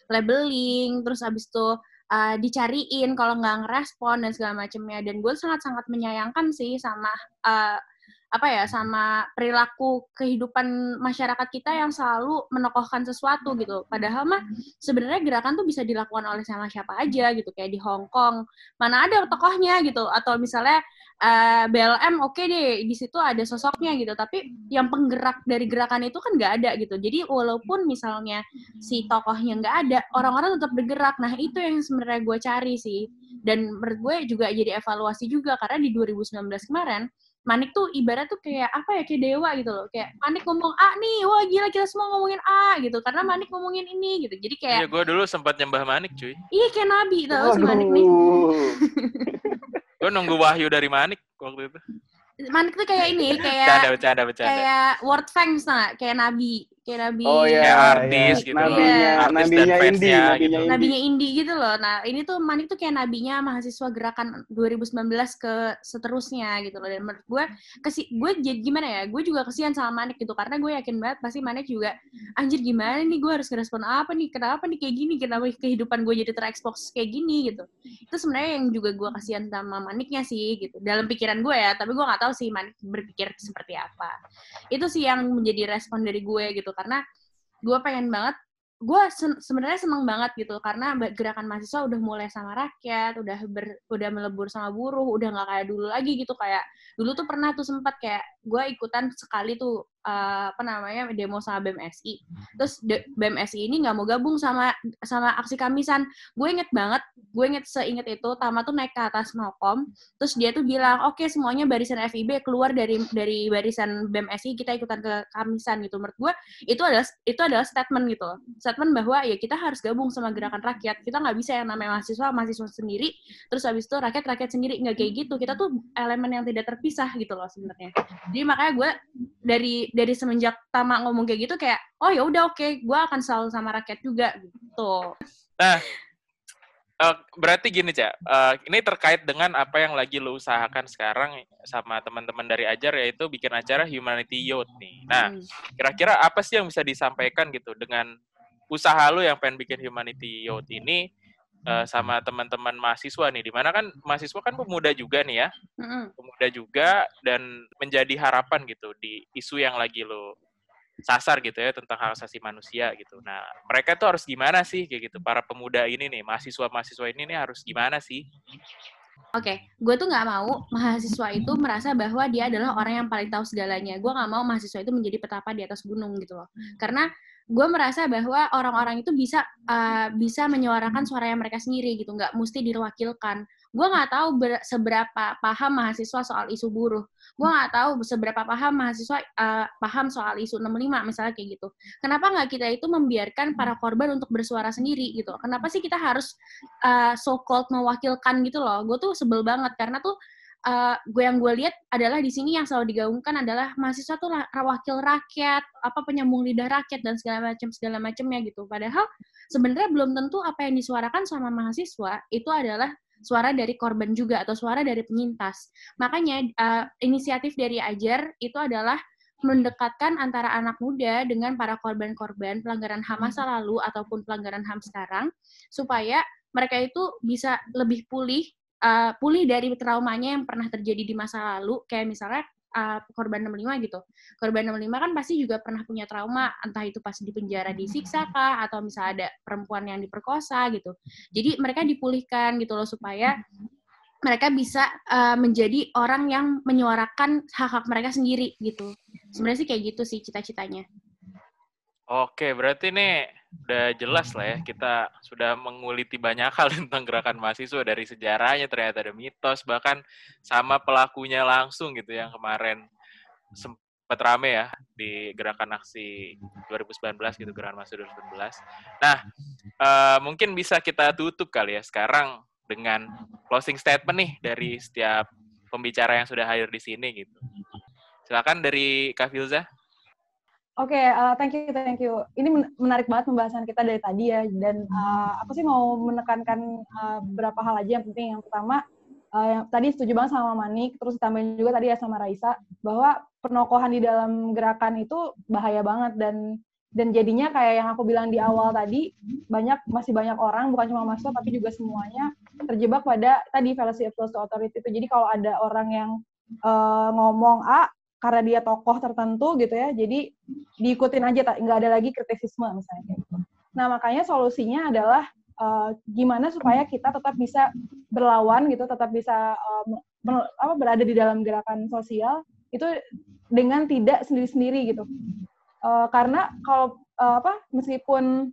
labeling, terus abis itu uh, dicariin kalau nggak ngerespon dan segala macamnya. Dan gue sangat-sangat menyayangkan sih sama uh, apa ya sama perilaku kehidupan masyarakat kita yang selalu menokohkan sesuatu gitu. Padahal mah sebenarnya gerakan tuh bisa dilakukan oleh sama siapa aja gitu, kayak di Hong Kong mana ada tokohnya gitu, atau misalnya uh, B L M oke okay deh di situ ada sosoknya gitu, tapi yang penggerak dari gerakan itu kan nggak ada gitu. Jadi walaupun misalnya si tokohnya nggak ada, orang-orang tetap bergerak. Nah itu yang sebenarnya gue cari sih, dan menurut gue juga jadi evaluasi juga, karena di dua ribu sembilan belas kemarin Manik tuh ibarat tuh kayak apa ya, kayak dewa gitu loh. Kayak Manik ngomong A nih, wah gila kita semua ngomongin A gitu. Karena Manik ngomongin ini gitu. Jadi kayak... Iya, gue dulu sempat nyembah Manik cuy. Iya, kayak nabi tau si Manik nih. Gue nunggu wahyu dari Manik waktu itu. Manik tuh kayak ini, kayak... Bercanda, bercanda, bercanda. Kayak word fangs, nah. Kayak nabi. Kayak nabi. Oh iya. Kayak artis iya. gitu. Nabinya, Artis nabinya dan fansnya indie, nabinya gitu. indie. Nabinya indie gitu loh. Nah, ini tuh Manik tuh kayak nabinya mahasiswa gerakan dua ribu sembilan belas ke seterusnya gitu loh. Dan menurut gue, kesi gue jadi gimana ya, gue juga kesian sama Manik gitu. Karena gue yakin banget pasti Manik juga, anjir gimana nih, gue harus ngerespon apa nih, kenapa nih kayak gini, kenapa kehidupan gue jadi terekspos kayak gini gitu. Itu sebenarnya yang juga gue kesian sama Maniknya sih gitu. Dalam pikiran gue ya, tapi gue gak tahu sih Manik berpikir seperti apa. Itu sih yang menjadi respon dari gue gitu. Karena gue pengen banget, gue sen- sebenarnya seneng banget gitu, karena gerakan mahasiswa udah mulai sama rakyat, udah ber, udah melebur sama buruh, udah nggak kayak dulu lagi gitu. Kayak dulu tuh pernah tuh sempat kayak gue ikutan sekali tuh uh, apa namanya demo sama B M S I, terus de- B M S I ini nggak mau gabung sama sama aksi Kamisan. Gue inget banget, gue inget seinget itu Tama tuh naik ke atas Malcolm, terus dia tuh bilang oke okay, semuanya barisan F I B keluar dari dari barisan B M S I, kita ikutan ke Kamisan gitu. Menurut gue itu adalah itu adalah statement gitu loh, statement bahwa ya kita harus gabung sama gerakan rakyat. Kita nggak bisa yang namanya mahasiswa mahasiswa sendiri, terus habis itu rakyat rakyat sendiri, nggak kayak gitu. Kita tuh elemen yang tidak terpisah gitu loh sebenarnya. Jadi makanya gue dari dari semenjak Tama ngomong kayak gitu kayak oh ya udah oke okay, gue akan selalu sama rakyat juga gitu. Nah uh, berarti gini Cak, uh, ini terkait dengan apa yang lagi lo usahakan sekarang sama teman-teman dari Ajar, yaitu bikin acara Humanity Youth nih. Nah hmm. kira-kira apa sih yang bisa disampaikan gitu dengan usaha lo yang pengen bikin Humanity Youth ini uh, sama teman-teman mahasiswa nih, dimana kan mahasiswa kan pemuda juga nih ya, mm-hmm. pemuda juga, dan menjadi harapan gitu di isu yang lagi lo sasar gitu ya, tentang hak asasi manusia gitu. Nah mereka tuh harus gimana sih kayak gitu, para pemuda ini nih, mahasiswa-mahasiswa ini nih harus gimana sih? Oke, okay, gue tuh nggak mau mahasiswa itu merasa bahwa dia adalah orang yang paling tahu segalanya. Gue nggak mau mahasiswa itu menjadi petapa di atas gunung gitu loh. Karena gue merasa bahwa orang-orang itu bisa uh, bisa menyuarakan suaranya mereka sendiri gitu, nggak mesti diwakilkan. Gue nggak tahu ber- seberapa paham mahasiswa soal isu buruh. Gue nggak tahu seberapa paham mahasiswa uh, paham soal isu enam puluh lima misalnya kayak gitu. Kenapa nggak kita itu membiarkan para korban untuk bersuara sendiri gitu? Kenapa sih kita harus uh, so-called mewakilkan gitu loh? Gue tuh sebel banget karena tuh Uh, gue yang gue lihat adalah di sini yang selalu digaungkan adalah mahasiswa tuh wakil rakyat, apa penyambung lidah rakyat dan segala macam segala macamnya gitu. Padahal sebenarnya belum tentu apa yang disuarakan sama mahasiswa itu adalah suara dari korban juga atau suara dari penyintas. Makanya uh, inisiatif dari Ajar itu adalah mendekatkan antara anak muda dengan para korban-korban pelanggaran H A M masa lalu ataupun pelanggaran H A M sekarang, supaya mereka itu bisa lebih pulih Uh, pulih dari traumanya yang pernah terjadi di masa lalu, kayak misalnya uh, korban enam puluh lima gitu. Korban enam puluh lima kan pasti juga pernah punya trauma, entah itu pas di penjara disiksa kah, atau misalnya ada perempuan yang diperkosa gitu. Jadi mereka dipulihkan gitu loh, supaya mereka bisa uh, menjadi orang yang menyuarakan hak-hak mereka sendiri gitu. Sebenarnya sih kayak gitu sih cita-citanya. Oke, berarti nih udah jelas lah ya, kita sudah menguliti banyak hal tentang gerakan mahasiswa, dari sejarahnya ternyata ada mitos, bahkan sama pelakunya langsung gitu yang kemarin sempat rame ya di gerakan aksi dua ribu sembilan belas gitu, gerakan mahasiswa dua ribu sembilan belas. Nah, uh, mungkin bisa kita tutup kali ya sekarang dengan closing statement nih dari setiap pembicara yang sudah hadir di sini gitu. Silakan dari Kak Filza. Oke, okay, uh, thank you, thank you. Ini menarik banget pembahasan kita dari tadi ya, dan uh, aku sih mau menekankan uh, beberapa hal aja yang penting. Yang pertama, uh, yang tadi setuju banget sama Manik, terus tambahin juga tadi ya sama Raisa, bahwa penokohan di dalam gerakan itu bahaya banget, dan Dan jadinya kayak yang aku bilang di awal tadi, banyak masih banyak orang, bukan cuma mahasiswa, tapi juga semuanya terjebak pada tadi fallacy of close to authority itu. Jadi kalau ada orang yang uh, ngomong A, karena dia tokoh tertentu gitu ya, jadi diikutin aja, nggak ada lagi kritisisme misalnya. Nah, makanya solusinya adalah uh, gimana supaya kita tetap bisa berlawan gitu, tetap bisa um, ber, apa, berada di dalam gerakan sosial, itu dengan tidak sendiri-sendiri gitu. Uh, karena kalau uh, apa meskipun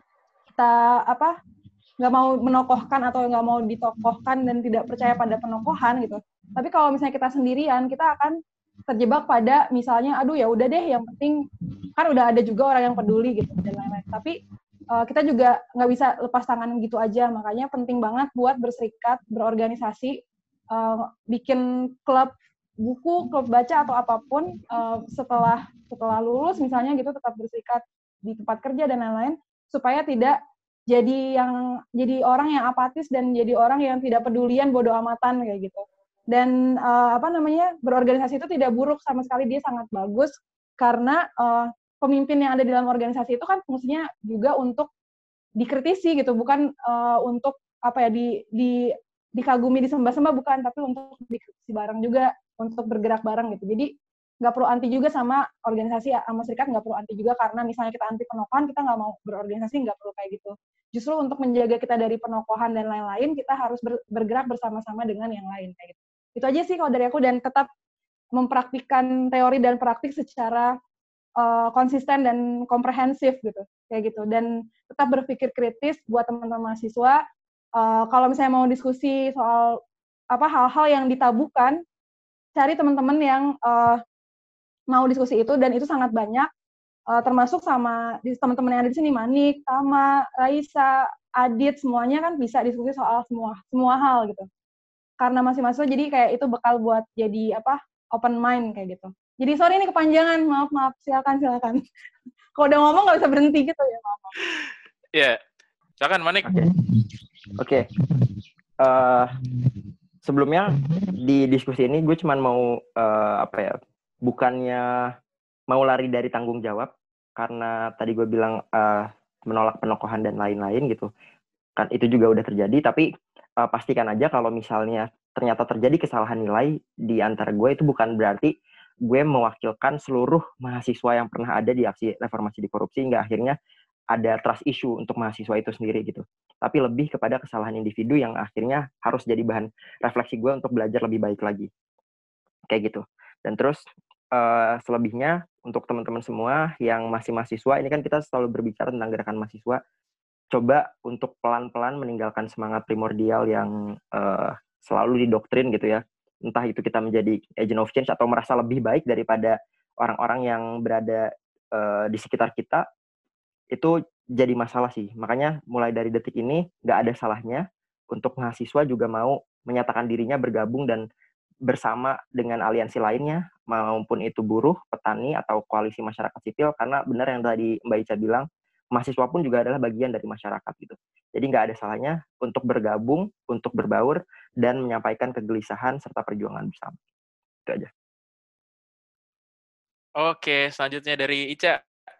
kita apa nggak mau menokohkan atau nggak mau ditokohkan dan tidak percaya pada penokohan gitu, tapi kalau misalnya kita sendirian, kita akan terjebak pada misalnya aduh ya udah deh, yang penting kan udah ada juga orang yang peduli gitu dan lain-lain. Tapi uh, kita juga nggak bisa lepas tangan gitu aja, makanya penting banget buat berserikat, berorganisasi, uh, bikin klub buku, klub baca atau apapun uh, setelah setelah lulus misalnya gitu, tetap berserikat di tempat kerja dan lain-lain, supaya tidak jadi yang jadi orang yang apatis dan jadi orang yang tidak pedulian, bodo amatan kayak gitu. Dan uh, apa namanya berorganisasi itu tidak buruk sama sekali, dia sangat bagus karena uh, pemimpin yang ada di dalam organisasi itu kan fungsinya juga untuk dikritisi gitu, bukan uh, untuk apa ya di di dikagumi, disembah-sembah, bukan, tapi untuk dikritisi bareng juga, untuk bergerak bareng gitu. Jadi nggak perlu anti juga sama organisasi, sama serikat nggak perlu anti juga karena misalnya kita anti penokohan, kita nggak mau berorganisasi, nggak perlu kayak gitu. Justru untuk menjaga kita dari penokohan dan lain-lain, kita harus ber, bergerak bersama-sama dengan yang lain kayak gitu. Itu aja sih kalau dari aku, dan tetap mempraktikkan teori dan praktik secara uh, konsisten dan komprehensif gitu kayak gitu, dan tetap berpikir kritis buat teman-teman mahasiswa. Uh, kalau misalnya mau diskusi soal apa hal-hal yang ditabukan, cari teman-teman yang uh, mau diskusi itu, dan itu sangat banyak, uh, termasuk sama teman-teman yang ada di sini, Manik, Tama, Raisa, Adit, semuanya kan bisa diskusi soal semua semua hal gitu. Karena masih mahasiswa, jadi kayak itu bekal buat jadi apa open mind kayak gitu. Jadi sorry ini kepanjangan, maaf maaf, silakan silakan. Kalau udah ngomong nggak bisa berhenti gitu ya, maaf. Iya, yeah. Silakan Manik. Oke. Okay. Okay. Uh, sebelumnya di diskusi ini gue cuma mau uh, apa ya, bukannya mau lari dari tanggung jawab karena tadi gue bilang uh, menolak penokohan dan lain-lain gitu kan, itu juga udah terjadi, tapi uh, pastikan aja kalau misalnya ternyata terjadi kesalahan nilai di antara gue, itu bukan berarti gue mewakilkan seluruh mahasiswa yang pernah ada di aksi reformasi di korupsi hingga akhirnya ada trust issue untuk mahasiswa itu sendiri gitu. Tapi lebih kepada kesalahan individu yang akhirnya harus jadi bahan refleksi gue untuk belajar lebih baik lagi. Kayak gitu. Dan terus uh, selebihnya untuk teman-teman semua yang masih mahasiswa, ini kan kita selalu berbicara tentang gerakan mahasiswa, coba untuk pelan-pelan meninggalkan semangat primordial yang uh, selalu didoktrin gitu ya. Entah itu kita menjadi agent of change atau merasa lebih baik daripada orang-orang yang berada uh, di sekitar kita, itu jadi masalah sih. Makanya mulai dari detik ini nggak ada salahnya untuk mahasiswa juga mau menyatakan dirinya bergabung dan bersama dengan aliansi lainnya, maupun itu buruh, petani, atau koalisi masyarakat sipil, karena benar yang tadi Mbak Ica bilang, mahasiswa pun juga adalah bagian dari masyarakat gitu. Jadi nggak ada salahnya untuk bergabung, untuk berbaur, dan menyampaikan kegelisahan serta perjuangan bersama. Itu aja. Oke, selanjutnya dari Ica.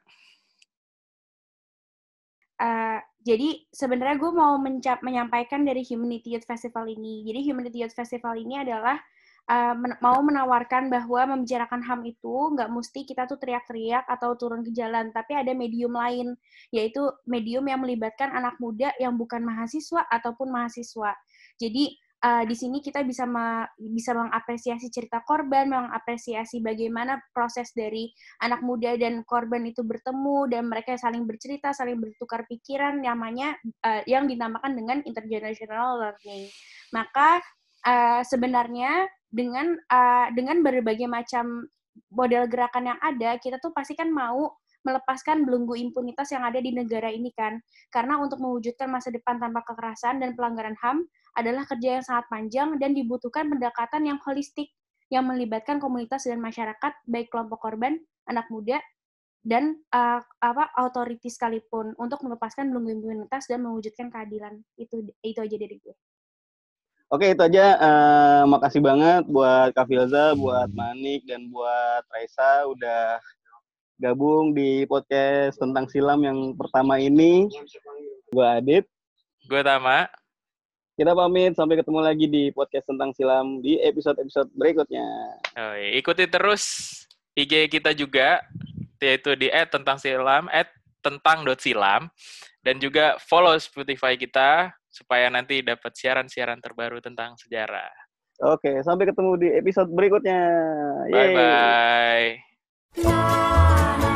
Uh, jadi sebenarnya gue mau mencap, menyampaikan dari Humanity Youth Festival ini. Jadi Humanity Youth Festival ini adalah uh, men- mau menawarkan bahwa membicarakan H A M itu nggak mesti kita tuh teriak-teriak atau turun ke jalan, tapi ada medium lain, yaitu medium yang melibatkan anak muda yang bukan mahasiswa ataupun mahasiswa. Jadi Uh, di sini kita bisa ma- bisa mengapresiasi cerita korban, mengapresiasi bagaimana proses dari anak muda dan korban itu bertemu dan mereka saling bercerita, saling bertukar pikiran, namanya uh, yang dinamakan dengan intergenerational learning. Maka uh, sebenarnya dengan uh, dengan berbagai macam model gerakan yang ada, kita tuh pasti kan mau melepaskan belenggu impunitas yang ada di negara ini kan. Karena untuk mewujudkan masa depan tanpa kekerasan dan pelanggaran H A M adalah kerja yang sangat panjang dan dibutuhkan pendekatan yang holistik yang melibatkan komunitas dan masyarakat, baik kelompok korban, anak muda, dan uh, apa authority sekalipun untuk melepaskan belenggu impunitas dan mewujudkan keadilan. Itu itu aja dari gue. Oke, itu aja. Uh, makasih banget buat Kak Filza, buat Manik, dan buat Raisa udah gabung di podcast tentang silam yang pertama ini. Gue Adit. Gue Tama. Kita pamit, sampai ketemu lagi di podcast tentang silam di episode-episode berikutnya. Oh, ikuti terus I G kita juga, yaitu di et tentang silam, et tentang dot silam, dan juga follow Spotify kita supaya nanti dapat siaran-siaran terbaru tentang sejarah. Oke, sampai ketemu di episode berikutnya. Yeay. Bye-bye.